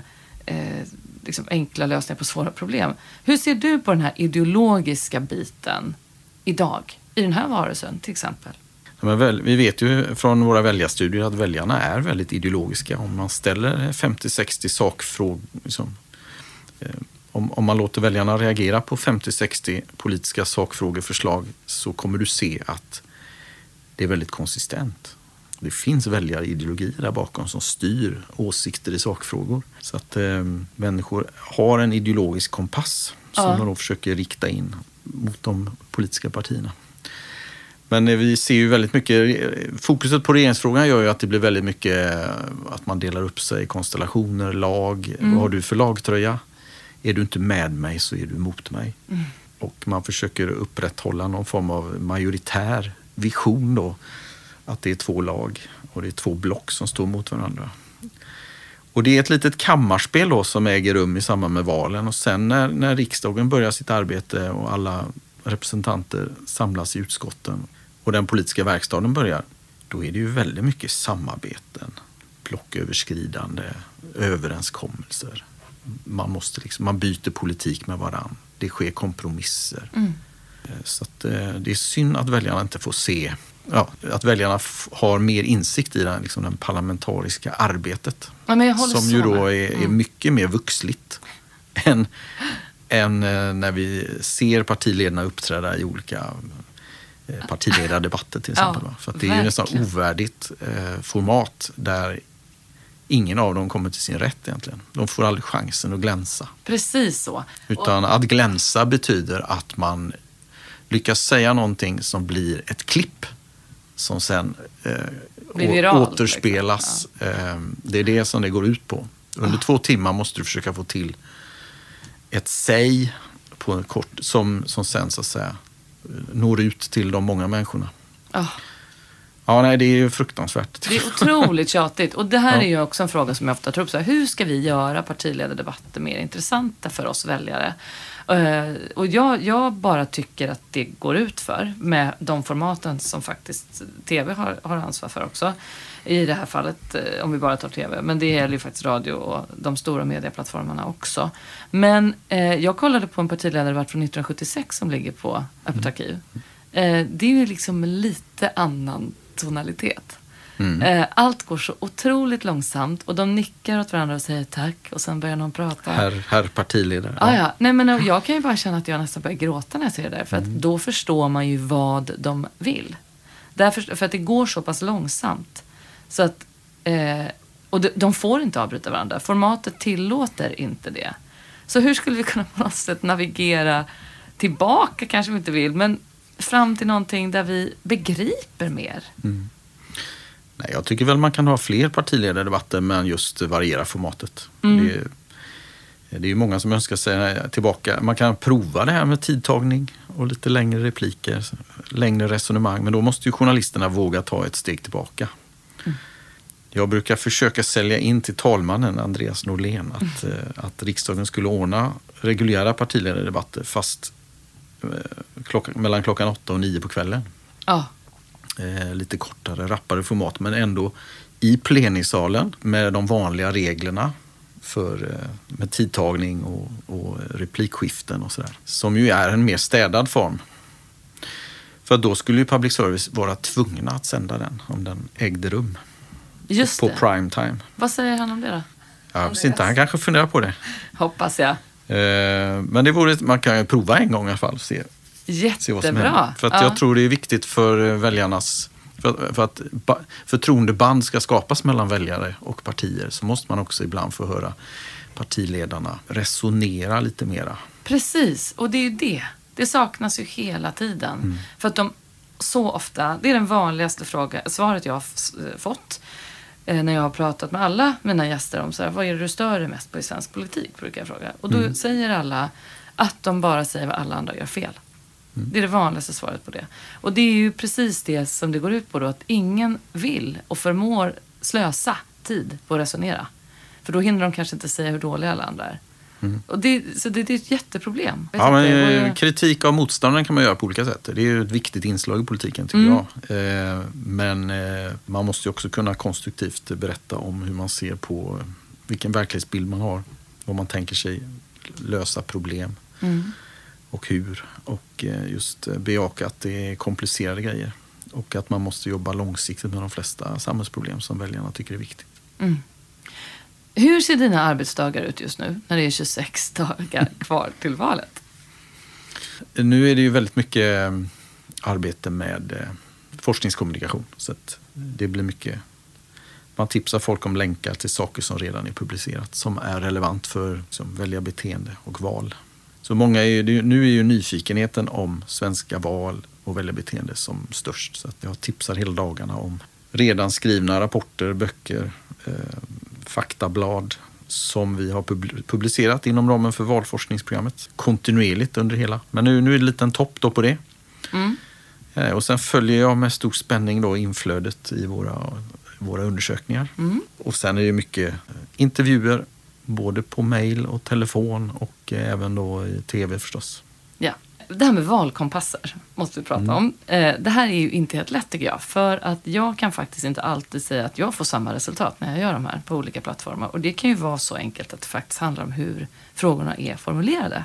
enkla lösningar på svåra problem. Hur ser du på den här ideologiska biten idag? I den här varelsen till exempel? Men vi vet ju från våra väljarstudier att väljarna är väldigt ideologiska. Om man ställer 50-60 sakfrågor, om man låter väljarna reagera på 50-60 politiska sakfrågeförslag, så kommer du se att det är väldigt konsistent. Det finns väljarideologi där bakom som styr åsikter i sakfrågor. Så att människor har en ideologisk kompass som de då försöker rikta in mot de politiska partierna. Men vi ser ju väldigt mycket, fokuset på regeringsfrågan gör ju att det blir väldigt mycket att man delar upp sig i konstellationer, lag. Vad har du för lagtröja? Är du inte med mig så är du mot mig. Och man försöker upprätthålla någon form av majoritär vision då. Att det är 2 lag och det är 2 block som står mot varandra. Och det är ett litet kammarspel då som äger rum i samband med valen. Och sen när riksdagen börjar sitt arbete och alla representanter samlas i utskotten och den politiska verkstaden börjar, då är det ju väldigt mycket samarbeten, blocköverskridande överenskommelser. Man byter politik med varann. Det sker kompromisser. Så att, det är synd att väljarna inte får se, att väljarna har mer insikt i den parlamentariska arbetet. Som ju då är mycket mer vuxligt än när vi ser partiledarna uppträda i olika partiledardebatter till exempel. För att det är ju nästan ovärdigt format där ingen av dem kommer till sin rätt egentligen. De får aldrig chansen att glänsa. Precis så. Utan att glänsa betyder att man lyckas säga någonting som blir ett klipp som sen viralt, återspelas. Liksom. Det är det som det går ut på. Under 2 timmar måste du försöka få till ett säg på en kort, som sen så att säga når ut till de många människorna. Ja, nej, det är ju fruktansvärt. Det är otroligt tjatigt. Och det här är ju också en fråga som jag ofta tar upp. Så här, hur ska vi göra partiledardebatter mer intressanta för oss väljare? Och jag bara tycker att det går ut för med de formaten som faktiskt tv har ansvar för också. I det här fallet, om vi bara tar tv. Men det gäller ju faktiskt radio och de stora medieplattformarna också. Men jag kollade på en partiledardebatt från 1976 som ligger på Öppet arkiv. Det är ju liksom lite annan tonalitet. Allt går så otroligt långsamt och de nickar åt varandra och säger tack och sen börjar någon prata. Herr partiledare. Ja. Nej, men jag kan ju bara känna att jag nästan börjar gråta när jag ser det där. För att då förstår man ju vad de vill. För att det går så pass långsamt. Så att, och de får inte avbryta varandra. Formatet tillåter inte det. Så hur skulle vi kunna på något sätt navigera tillbaka, kanske vi inte vill, men fram till någonting där vi begriper mer? Nej, jag tycker väl man kan ha fler partiledardebatter men just variera formatet. Det är ju många som önskar sig tillbaka. Man kan prova det här med tidtagning och lite längre repliker, längre resonemang. Men då måste ju journalisterna våga ta ett steg tillbaka. Jag brukar försöka sälja in till talmannen Andreas Norlén att riksdagen skulle ordna reguljära partiledardebatter fast mellan klockan 8 och 9 på kvällen. Lite kortare, rappare format, men ändå i plenisalen med de vanliga reglerna med tidtagning och replikskiften och sådär. Som ju är en mer städad form. För då skulle ju public service vara tvungna att sända den om den ägde rum. Just på det. prime time. Vad säger han om det då? Jag vet inte, han kanske funderar på det. Hoppas jag. Men man kan ju prova en gång i alla fall. Se vad som händer. För att jag tror det är viktigt för väljarnas... För att förtroendeband ska skapas mellan väljare och partier så måste man också ibland få höra partiledarna resonera lite mera. Precis, och det är ju det. Det saknas ju hela tiden. För att de så ofta, det är den vanligaste svaret jag har fått när jag har pratat med alla mina gäster om så här, vad är det du stör dig mest på i svensk politik, brukar jag fråga. Och då säger alla att de bara säger vad alla andra gör fel. Det är det vanligaste svaret på det. Och det är ju precis det som det går ut på då, att ingen vill och förmår slösa tid på att resonera. För då hinner de kanske inte säga hur dåliga alla andra är. Och så det är ett jätteproblem. Kritik av motståndaren kan man göra på olika sätt. Det är ju ett viktigt inslag i politiken tycker jag. Men man måste ju också kunna konstruktivt berätta om hur man ser på vilken verklighetsbild man har. Vad man tänker sig lösa problem. Och hur. Och just bejaka att det är komplicerade grejer. Och att man måste jobba långsiktigt med de flesta samhällsproblem som väljarna tycker är viktigt. Hur ser dina arbetsdagar ut just nu när det är 26 dagar kvar till valet? Nu är det ju väldigt mycket arbete med forskningskommunikation. Så att det blir mycket... Man tipsar folk om länkar till saker som redan är publicerat. Som är relevant för väljarbeteende och val. Så nu är ju nyfikenheten om svenska val och väljarbeteende som störst. Så att jag tipsar hela dagarna om redan skrivna rapporter, böcker, faktablad som vi har publicerat inom ramen för valforskningsprogrammet. Kontinuerligt under hela. Men nu är det en liten topp då på det. Och sen följer jag med stor spänning då inflödet i våra undersökningar. Och sen är det mycket intervjuer. Både på mejl och telefon och även då i tv förstås. Ja, det här med valkompasser måste vi prata om. Det här är ju inte helt lätt tycker jag. För att jag kan faktiskt inte alltid säga att jag får samma resultat när jag gör de här på olika plattformar. Och det kan ju vara så enkelt att det faktiskt handlar om hur frågorna är formulerade.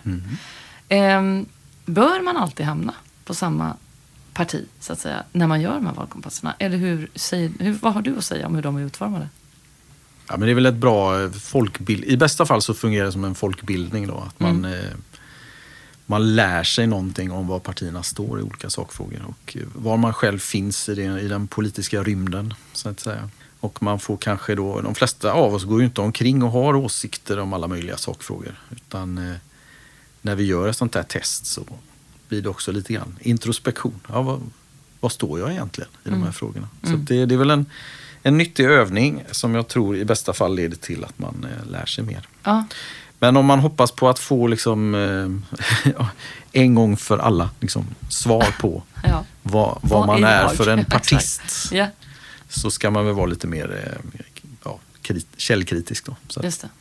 Bör man alltid hamna på samma parti så att säga när man gör de här valkompasserna? Eller vad har du att säga om hur de är utformade? Ja, men det är väl ett bra folkbild. I bästa fall så fungerar det som en folkbildning då. Att man lär sig någonting om var partierna står i olika sakfrågor. Och var man själv finns i den politiska rymden så att säga. Och man får kanske då, de flesta av oss går ju inte omkring och har åsikter om alla möjliga sakfrågor. Utan när vi gör ett sånt här test så blir det också lite grann introspektion. Ja, vad står jag egentligen i de här frågorna. Så det är väl en nyttig övning som jag tror i bästa fall leder till att man lär sig mer. Ja. Men om man hoppas på att få liksom, en gång för alla liksom, svar på vad man är för en partist, så ska man väl vara lite mer källkritisk då. Så att Just det.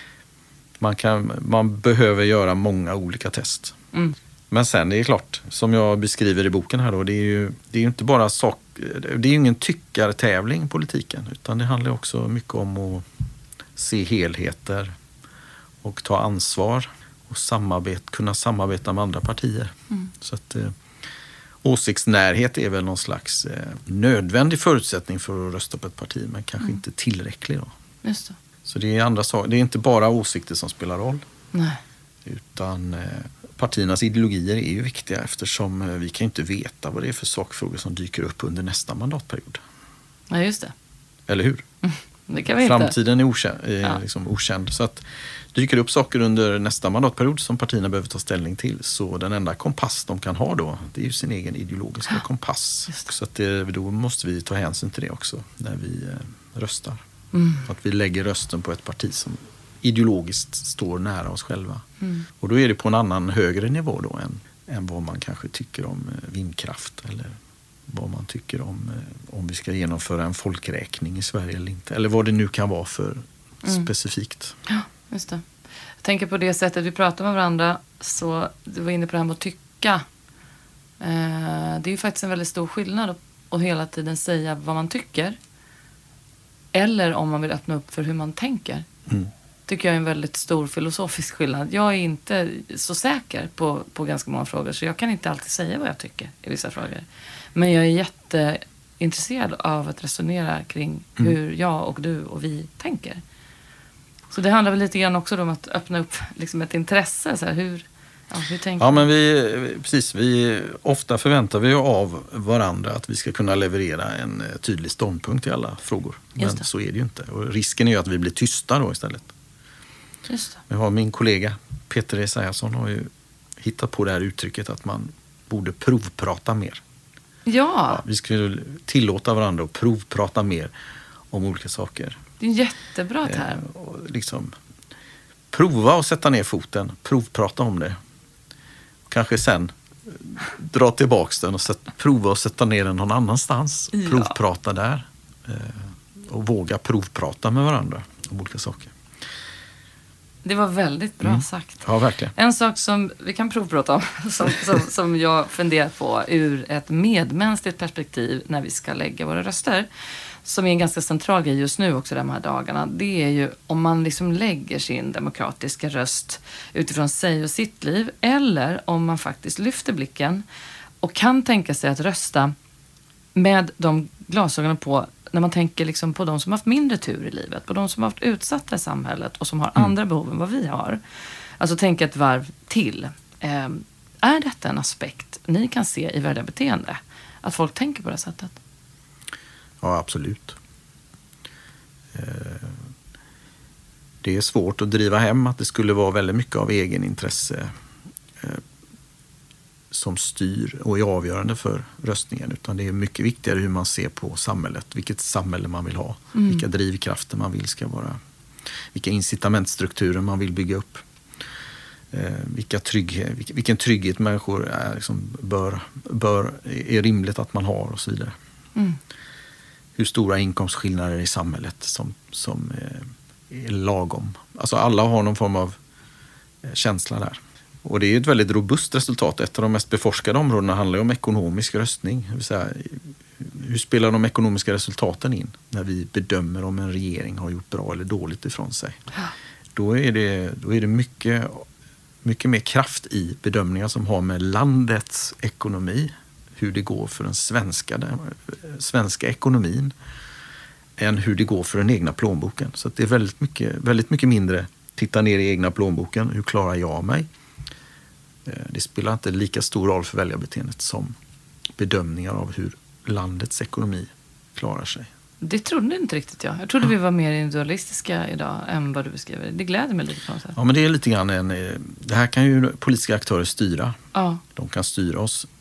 man behöver göra många olika test. Men sen det är klart, som jag beskriver i boken här då, det är ju inte bara det är ju ingen tyckartävling politiken, utan det handlar också mycket om att se helheter och ta ansvar och kunna samarbeta med andra partier. Så att åsiktsnärhet är väl någon slags nödvändig förutsättning för att rösta på ett parti, men kanske inte tillräcklig då. Just det. Så det är andra saker. Det är inte bara åsikter som spelar roll. Nej. Utan partiernas ideologier är ju viktiga, eftersom vi kan inte veta vad det är för sakfrågor som dyker upp under nästa mandatperiod. Ja, just det. Eller hur? Det kan vi inte. Framtiden är liksom okänd. Så att dyker upp saker under nästa mandatperiod som partierna behöver ta ställning till, så den enda kompass de kan ha då, det är ju sin egen ideologiska kompass. Så att då måste vi ta hänsyn till det också när vi röstar. Att vi lägger rösten på ett parti som ideologiskt står nära oss själva. Och då är det på en annan högre nivå då än vad man kanske tycker om vindkraft, eller vad man tycker om vi ska genomföra en folkräkning i Sverige eller inte. Eller vad det nu kan vara för specifikt. Ja, just det. Jag tänker på det sättet vi pratar med varandra, så du var inne på det här med att tycka. Det är ju faktiskt en väldigt stor skillnad att hela tiden säga vad man tycker. Eller om man vill öppna upp för hur man tänker. Tycker jag är en väldigt stor filosofisk skillnad. Jag är inte så säker på ganska många frågor, så jag kan inte alltid säga vad jag tycker i vissa frågor. Men jag är jätteintresserad av att resonera kring hur jag och du och vi tänker. Så det handlar väl lite grann också om att öppna upp liksom ett intresse. Så här, hur tänker Ja, men vi ofta förväntar vi av varandra att vi ska kunna leverera en tydlig ståndpunkt i alla frågor. Men så är det ju inte. Och risken är ju att vi blir tysta då istället. Just det. Jag har min kollega Peter Esaiasson har ju hittat på det här uttrycket att man borde provprata mer. Ja. Vi skulle tillåta varandra att provprata mer om olika saker. Det är en jättebra term. Liksom, prova att sätta ner foten, provprata om det. Kanske sen dra tillbaks den och prova att sätta ner den någon annanstans. Provprata där. Och våga provprata med varandra om olika saker. Det var väldigt bra sagt. Ja, verkligen. En sak som vi kan provprata om, som jag funderar på ur ett medmänskligt perspektiv när vi ska lägga våra röster, som är en ganska central grej just nu också de här dagarna, det är ju om man liksom lägger sin demokratiska röst utifrån sig och sitt liv, eller om man faktiskt lyfter blicken och kan tänka sig att rösta med de glasögonen på när man tänker liksom på de som har haft mindre tur i livet, på de som har haft utsatta i samhället och som har andra behov än vad vi har. Alltså tänka ett varv till. Är detta en aspekt ni kan se i väljarbeteende? Att folk tänker på det sättet? Ja, absolut. Det är svårt att driva hem att det skulle vara väldigt mycket av egenintresse som styr och är avgörande för röstningen, utan det är mycket viktigare hur man ser på samhället, vilket samhälle man vill ha, vilka drivkrafter man vill ska vara, vilka incitamentstrukturer man vill bygga upp, vilken trygghet människor är, liksom, är rimligt att man har och så vidare. Hur stora inkomstskillnader i samhället som är lagom. Alltså alla har någon form av känsla där. Och det är ett väldigt robust resultat. Ett av de mest beforskade områdena handlar om ekonomisk röstning. Det vill säga, hur spelar de ekonomiska resultaten in när vi bedömer om en regering har gjort bra eller dåligt ifrån sig? Då är det mycket mer kraft i bedömningar som har med landets ekonomi, hur det går för den svenska ekonomin, än hur det går för den egna plånboken. Så att det är väldigt mycket mindre titta ner i egna plånboken. Hur klarar jag mig? Det spelar inte lika stor roll för väljarbeteendet som bedömningar av hur landets ekonomi klarar sig. Det trodde inte riktigt jag. Jag trodde vi var mer individualistiska idag än vad du beskriver. Det gläder mig lite på något sätt. Ja, men det är lite grann det här kan ju politiska aktörer styra. Ja. De kan styra oss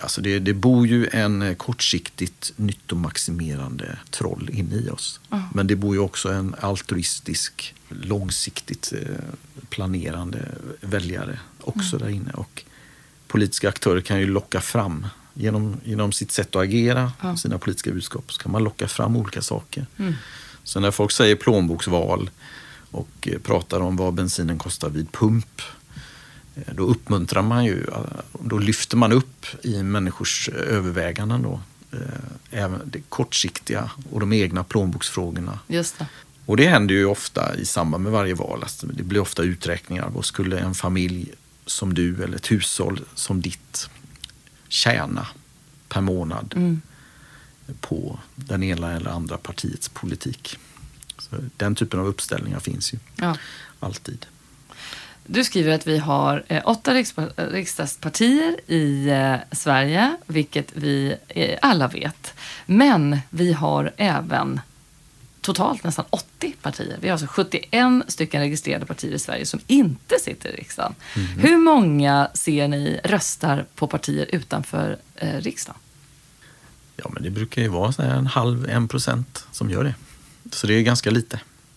Alltså det bor ju en kortsiktigt nyttomaximerande troll inne i oss. Men det bor ju också en altruistisk, långsiktigt planerande väljare också där inne. Och politiska aktörer kan ju locka fram, genom sitt sätt att agera, sina politiska budskap, så kan man locka fram olika saker. Så när folk säger plånboksval och pratar om vad bensinen kostar vid pump, då uppmuntrar man ju, då lyfter man upp i människors överväganden då, även det kortsiktiga och de egna plånboksfrågorna. Just det. Och det händer ju ofta i samband med varje val. Alltså det blir ofta uträkningar. Vad skulle en familj som du eller ett hushåll som ditt tjäna per månad på den ena eller andra partiets politik? Så den typen av uppställningar finns ju alltid. Du skriver att vi har 8 riksdagspartier i Sverige, vilket vi alla vet. Men vi har även totalt nästan 80 partier. Vi har alltså 71 stycken registrerade partier i Sverige som inte sitter i riksdagen. Hur många ser ni röstar på partier utanför riksdagen? Ja, men det brukar ju vara 0,5-1% som gör det. Så det är ganska lite.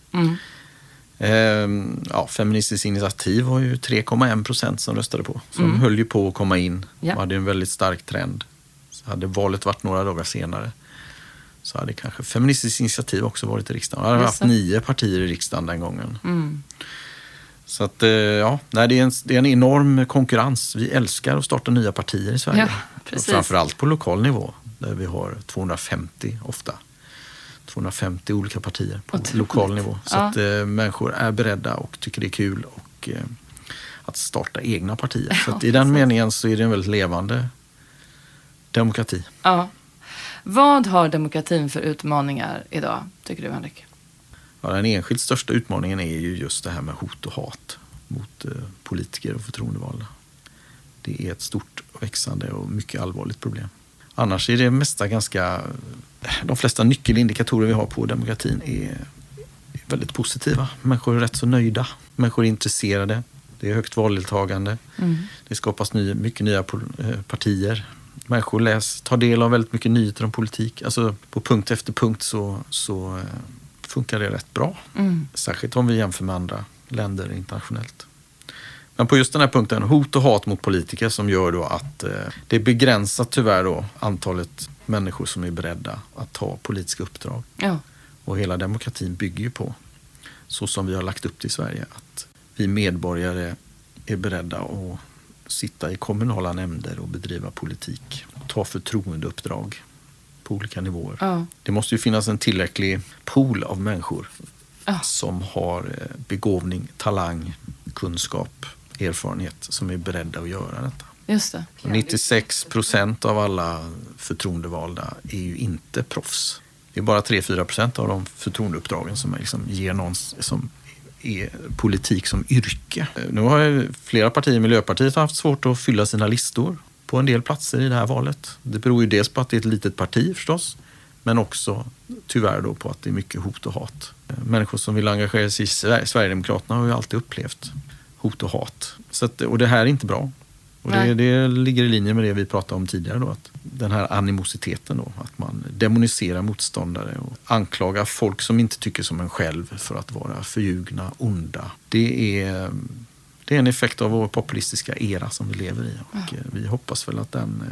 Feministiskt initiativ har ju 3,1% som röstade på. Som höll ju på att komma in. De hade en väldigt stark trend. Så hade valet varit några dagar senare, så hade kanske feministiskt initiativ också varit i riksdagen. Jag hade haft 9 partier i riksdagen den gången. Så att, det är en enorm konkurrens. Vi älskar att starta nya partier i Sverige. Ja, framförallt på lokal nivå, där vi har 250 olika partier på lokal nivå. Så att människor är beredda och tycker det är kul och att starta egna partier. Så att i den meningen så är det en väldigt levande demokrati. Ja. Vad har demokratin för utmaningar idag, tycker du, Henrik? Ja, den enskilt största utmaningen är ju just det här med hot och hat mot politiker och förtroendevalda. Det är ett stort, växande och mycket allvarligt problem. Annars är det mesta de flesta nyckelindikatorer vi har på demokratin är väldigt positiva. Människor är rätt så nöjda. Människor är intresserade. Det är högt valdeltagande. Det skapas mycket nya partier. Människor tar del av väldigt mycket nyheter om politik. Alltså på punkt efter punkt så funkar det rätt bra. Särskilt om vi jämför med andra länder internationellt. Men på just den här punkten, hot och hat mot politiker, som gör då att det begränsar tyvärr då antalet människor som är beredda att ta politiska uppdrag. Ja. Och hela demokratin bygger ju på, så som vi har lagt upp det i Sverige, att vi medborgare är beredda att sitta i kommunala nämnder och bedriva politik. Ta förtroendeuppdrag på olika nivåer. Ja. Det måste ju finnas en tillräcklig pool av människor som har begåvning, talang, kunskap, erfarenhet, som är beredda att göra detta. Just det. 96% av alla förtroendevalda är ju inte proffs. Det är bara 3-4% av de förtroendeuppdragen som ger någon som är politik som yrke. Nu har flera partier, Miljöpartiet, har haft svårt att fylla sina listor på en del platser i det här valet. Det beror ju dels på att det är ett litet parti förstås, men också tyvärr då på att det är mycket hot och hat. Människor som vill engagera sig i Sverigedemokraterna har ju alltid upplevt hot och hat. Och det här är inte bra. Och det ligger i linje med det vi pratade om tidigare då, att den här animositeten då, att man demoniserar motståndare och anklagar folk som inte tycker som en själv för att vara förljugna, onda. Det är en effekt av vår populistiska era som vi lever i, och vi hoppas väl att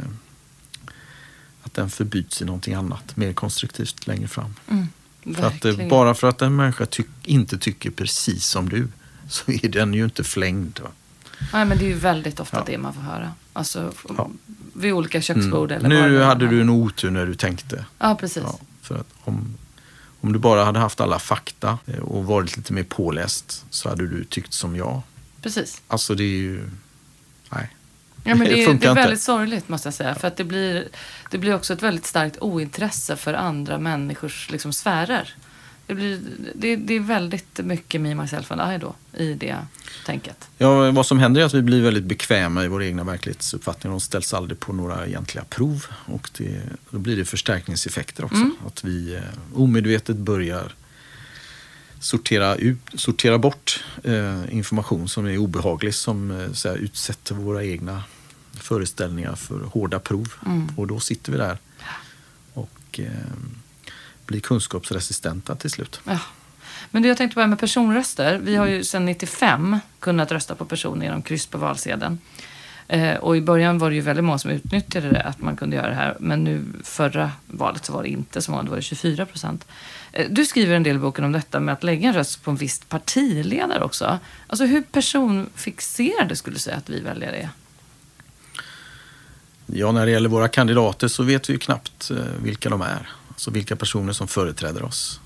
den förbyts i någonting annat, mer konstruktivt längre fram. För att bara för att en människa inte tycker precis som du, så är den ju inte flängd, va? Nej, men det är ju väldigt ofta det man får höra. Alltså vid olika köksbord. Eller nu hade du en otur när du tänkte. Ja, precis. Ja, för att om du bara hade haft alla fakta och varit lite mer påläst, så hade du tyckt som jag. Precis. Alltså det är ju... Nej. Ja, men det är väldigt sorgligt, måste jag säga. För att det blir också ett väldigt starkt ointresse för andra människors sfärer. Det är väldigt mycket me, myself and I då i det tänket. Ja, vad som händer är att vi blir väldigt bekväma i vår egna verklighetsuppfattning. De ställs aldrig på några egentliga prov, och då blir det förstärkningseffekter också. Att vi omedvetet börjar sortera bort information som är obehaglig, som utsätter våra egna föreställningar för hårda prov. Och då sitter vi där och blir kunskapsresistenta till slut. Ja. Men jag tänkte bara med personröster. Vi har ju sedan 95 kunnat rösta på personer genom kryss på valsedeln. Och i början var det ju väldigt många som utnyttjade det, att man kunde göra det här. Men nu förra valet så var det inte så många, det var 24%. Du skriver en del i boken om detta med att lägga en röst på en viss partiledare också. Alltså hur personfixerade skulle du säga att vi väljare är? Ja, när det gäller våra kandidater så vet vi ju knappt vilka de är. Alltså vilka personer som företräder oss.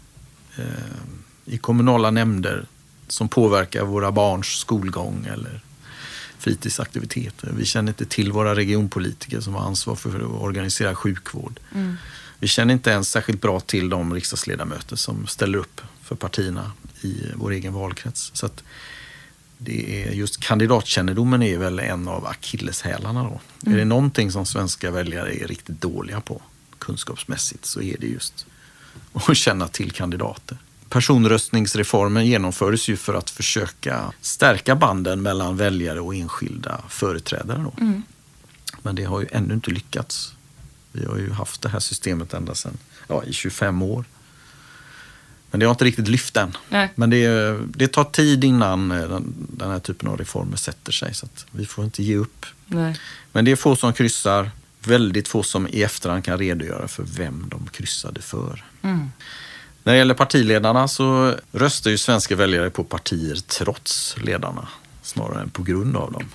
I kommunala nämnder som påverkar våra barns skolgång eller fritidsaktiviteter. Vi känner inte till våra regionpolitiker som har ansvar för att organisera sjukvård. Vi känner inte ens särskilt bra till de riksdagsledamöter som ställer upp för partierna i vår egen valkrets. Så att det är just kandidatkännedomen är väl en av akilleshälarna då. Är det någonting som svenska väljare är riktigt dåliga på kunskapsmässigt så är det just att känna till kandidater. Personröstningsreformen genomfördes ju för att försöka stärka banden mellan väljare och enskilda företrädare då. Men det har ju ännu inte lyckats. Vi har ju haft det här systemet ända sedan i 25 år. Men det har inte riktigt lyft än. Nej. Men det tar tid innan den här typen av reformer sätter sig. Så att vi får inte ge upp. Nej. Men det är få som kryssar. Väldigt få som i efterhand kan redogöra för vem de kryssade för. När det gäller partiledarna så röstar ju svenska väljare på partier trots ledarna. Snarare än på grund av dem.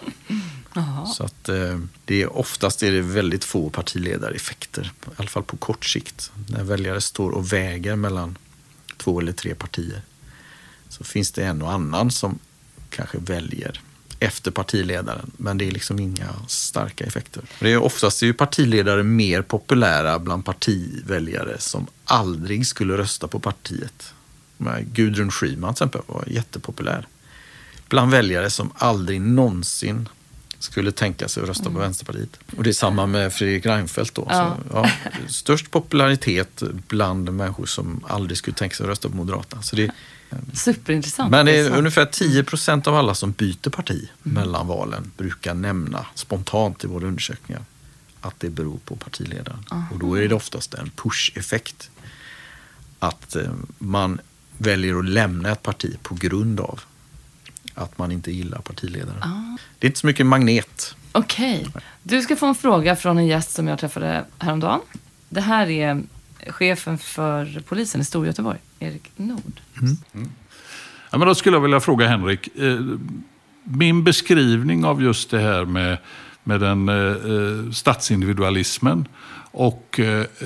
Så att oftast är det väldigt få partiledareffekter. I alla fall på kort sikt. När väljare står och väger mellan 2 eller 3 partier så finns det en och annan som kanske väljer efter partiledaren, men det är liksom inga starka effekter. Det är oftast är ju partiledare mer populära bland partiväljare som aldrig skulle rösta på partiet. Gudrun Schyman till exempel var jättepopulär bland väljare som aldrig någonsin skulle tänka sig att rösta på Vänsterpartiet. Och det är samma med Fredrik Reinfeldt då. Ja. Så, störst popularitet bland människor som aldrig skulle tänka sig att rösta på Moderaterna. Så det Superintressant. Men det är ungefär 10% av alla som byter parti mellan valen brukar nämna spontant i våra undersökningar att det beror på partiledaren. Och då är det oftast en push-effekt. Att man väljer att lämna ett parti på grund av att man inte gillar partiledaren. Det är inte så mycket magnet. Okej. Du ska få en fråga från en gäst som jag träffade häromdagen. Det här är chefen för polisen i Storgöteborg, Erik Nord. Ja, men då skulle jag vilja fråga Henrik. Min beskrivning av just det här med den statsindividualismen och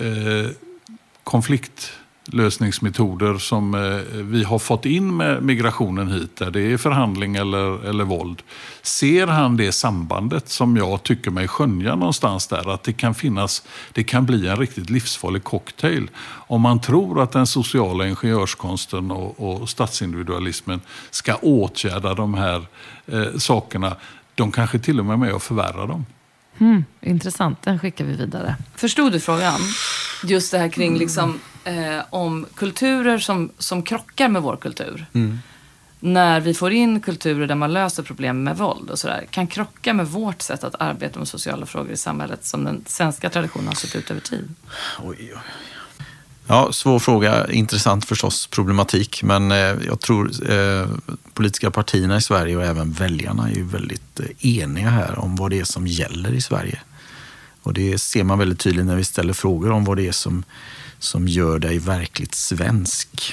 konfliktlösningsmetoder som vi har fått in med migrationen hit, där det är förhandling eller våld. Ser han det sambandet som jag tycker mig skönja någonstans där, att det kan bli en riktigt livsfarlig cocktail om man tror att den sociala ingenjörskonsten och statsindividualismen ska åtgärda de här sakerna. De kanske till och med att förvärra dem. Intressant, den skickar vi vidare. Förstod du frågan? Just det här kring liksom, om kulturer som krockar med vår kultur. När vi får in kulturer där man löser problem med våld och sådär, kan krocka med vårt sätt att arbeta med sociala frågor i samhället som den svenska traditionen har sett ut över tid. Oj. Ja, svår fråga. Intressant förstås problematik. Men jag tror politiska partierna i Sverige och även väljarna är ju väldigt eniga här om vad det är som gäller i Sverige. Och det ser man väldigt tydligt när vi ställer frågor om vad det är som gör dig verkligt svensk.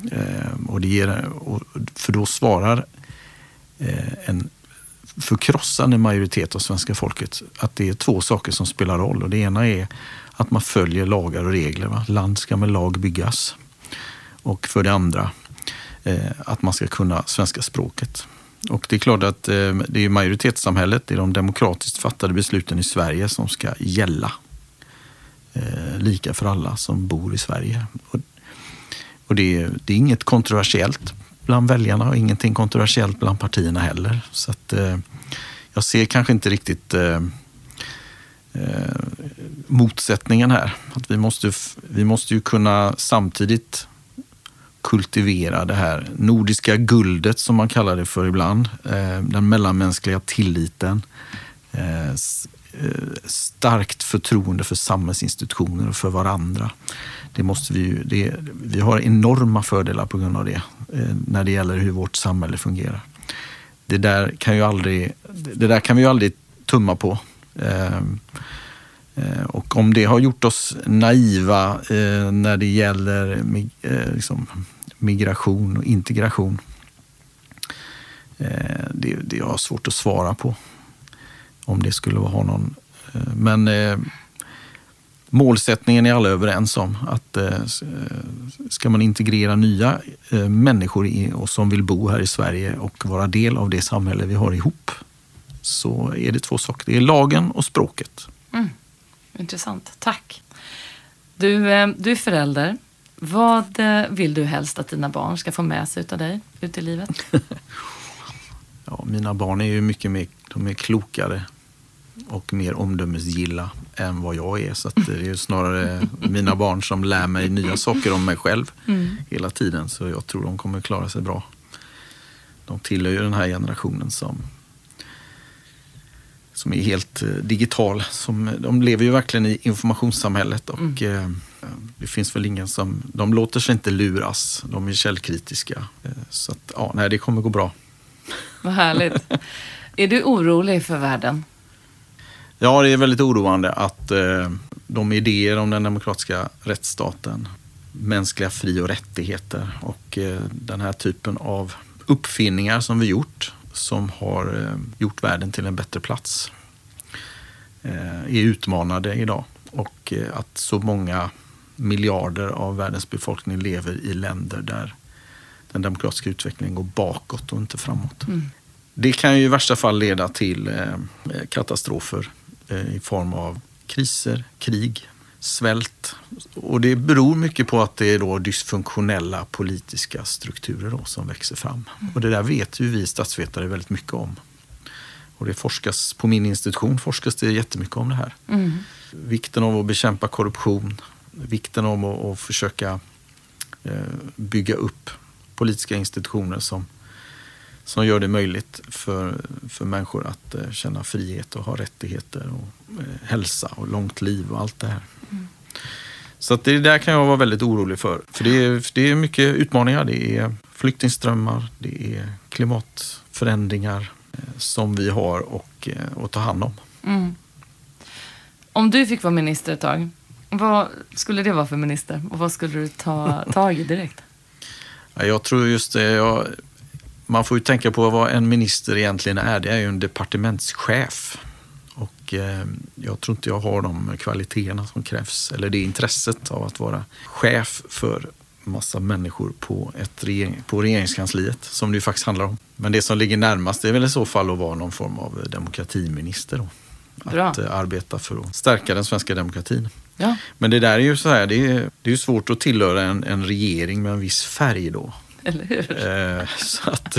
För då svarar en förkrossande majoritet av svenska folket att det är 2 saker som spelar roll. Och det ena är att man följer lagar och regler. Va? Land ska med lag byggas. Och för det andra att man ska kunna svenska språket. Och det är klart att det är majoritetssamhället, det är de demokratiskt fattade besluten i Sverige som ska gälla. Lika för alla som bor i Sverige. Och det är inget kontroversiellt bland väljarna och ingenting kontroversiellt bland partierna heller. Så att jag ser kanske inte riktigt motsättningen här. Att vi måste ju kunna samtidigt kultivera det här nordiska guldet som man kallar det för ibland. Den mellanmänskliga tilliten. starkt förtroende för samhällsinstitutioner och för varandra. Det måste vi har enorma fördelar på grund av det när det gäller hur vårt samhälle fungerar. Det där kan vi ju aldrig tumma på. Och om det har gjort oss naiva när det gäller migration och integration, det har svårt att svara på om det skulle ha någon. Men målsättningen är alla överens om att ska man integrera nya människor och som vill bo här i Sverige och vara del av det samhälle vi har ihop, så är det 2 saker. Det är lagen och språket. Intressant, tack. Du är förälder. Vad vill du helst att dina barn ska få med sig av dig ut i livet? Ja, mina barn är ju mycket mer, de är klokare och mer omdömesgilla än vad jag är. Så att det är ju snarare mina barn som lär mig nya saker om mig själv hela tiden. Så jag tror de kommer klara sig bra. De tillhör ju den här generationen som är helt digital. De lever ju verkligen i informationssamhället och det finns väl ingen de låter sig inte luras. De är källkritiska. Så att, det kommer gå bra. Vad härligt. Är du orolig för världen? Ja, det är väldigt oroande att de idéer om den demokratiska rättsstaten, mänskliga fri- och rättigheter och den här typen av uppfinningar som vi gjort, som har gjort världen till en bättre plats, är utmanade idag. Och att så många miljarder av världens befolkning lever i länder där den demokratiska utvecklingen går bakåt och inte framåt. Det kan ju i värsta fall leda till katastrofer i form av kriser, krig, svält. Och det beror mycket på att det är då dysfunktionella politiska strukturer då som växer fram. Och det där vet ju vi statsvetare väldigt mycket om. Och det forskas, på min institution forskas det jättemycket om det här. Vikten av att bekämpa korruption, vikten av att försöka bygga upp politiska institutioner som gör det möjligt för människor att känna frihet och ha rättigheter och hälsa och långt liv och allt det här. Så att det där kan jag vara väldigt orolig för. För det är mycket utmaningar. Det är flyktingströmmar, det är klimatförändringar som vi har att ta hand om. Om du fick vara minister ett tag, vad skulle det vara för minister? Och vad skulle du ta tag i direkt? Jag tror just det. Man får ju tänka på vad en minister egentligen är. Det är ju en departementschef. Och jag tror inte jag har de kvaliteterna som krävs. Eller det intresset av att vara chef för massa människor på regeringskansliet. Som det ju faktiskt handlar om. Men det som ligger närmast är väl i så fall att vara någon form av demokratiminister då. Att arbeta för att stärka den svenska demokratin. Ja. Men det där är ju så här, det är ju svårt att tillhöra en regering med en viss färg då. Eller hur? Så att,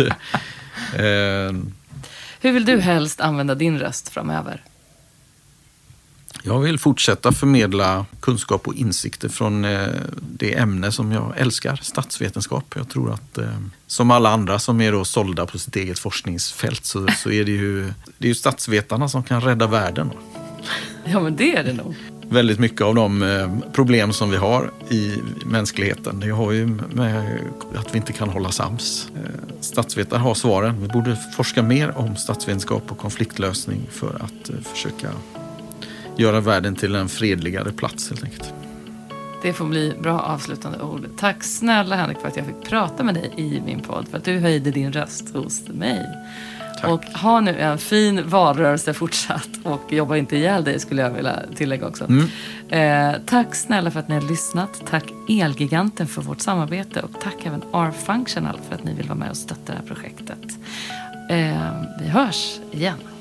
hur vill du helst använda din röst framöver? Jag vill fortsätta förmedla kunskap och insikter från det ämne som jag älskar, statsvetenskap. Jag tror att som alla andra som är då sålda på sitt eget forskningsfält så är det är ju statsvetarna som kan rädda världen. Ja, men det är det nog. Väldigt mycket av de problem som vi har i mänskligheten, det har ju med att vi inte kan hålla sams. Statsvetare har svaren. Vi borde forska mer om statsvetenskap och konfliktlösning för att försöka göra världen till en fredligare plats helt enkelt. Det får bli bra avslutande ord. Tack snälla Henrik för att jag fick prata med dig i min podd, för att du höjde din röst hos mig. Tack. Och ha nu en fin valrörelse fortsatt och jobba inte ihjäl dig, skulle jag vilja tillägga också. Tack snälla för att ni har lyssnat. Tack Elgiganten för vårt samarbete och tack även R-Functional för att ni vill vara med och stötta det här projektet. Vi hörs igen.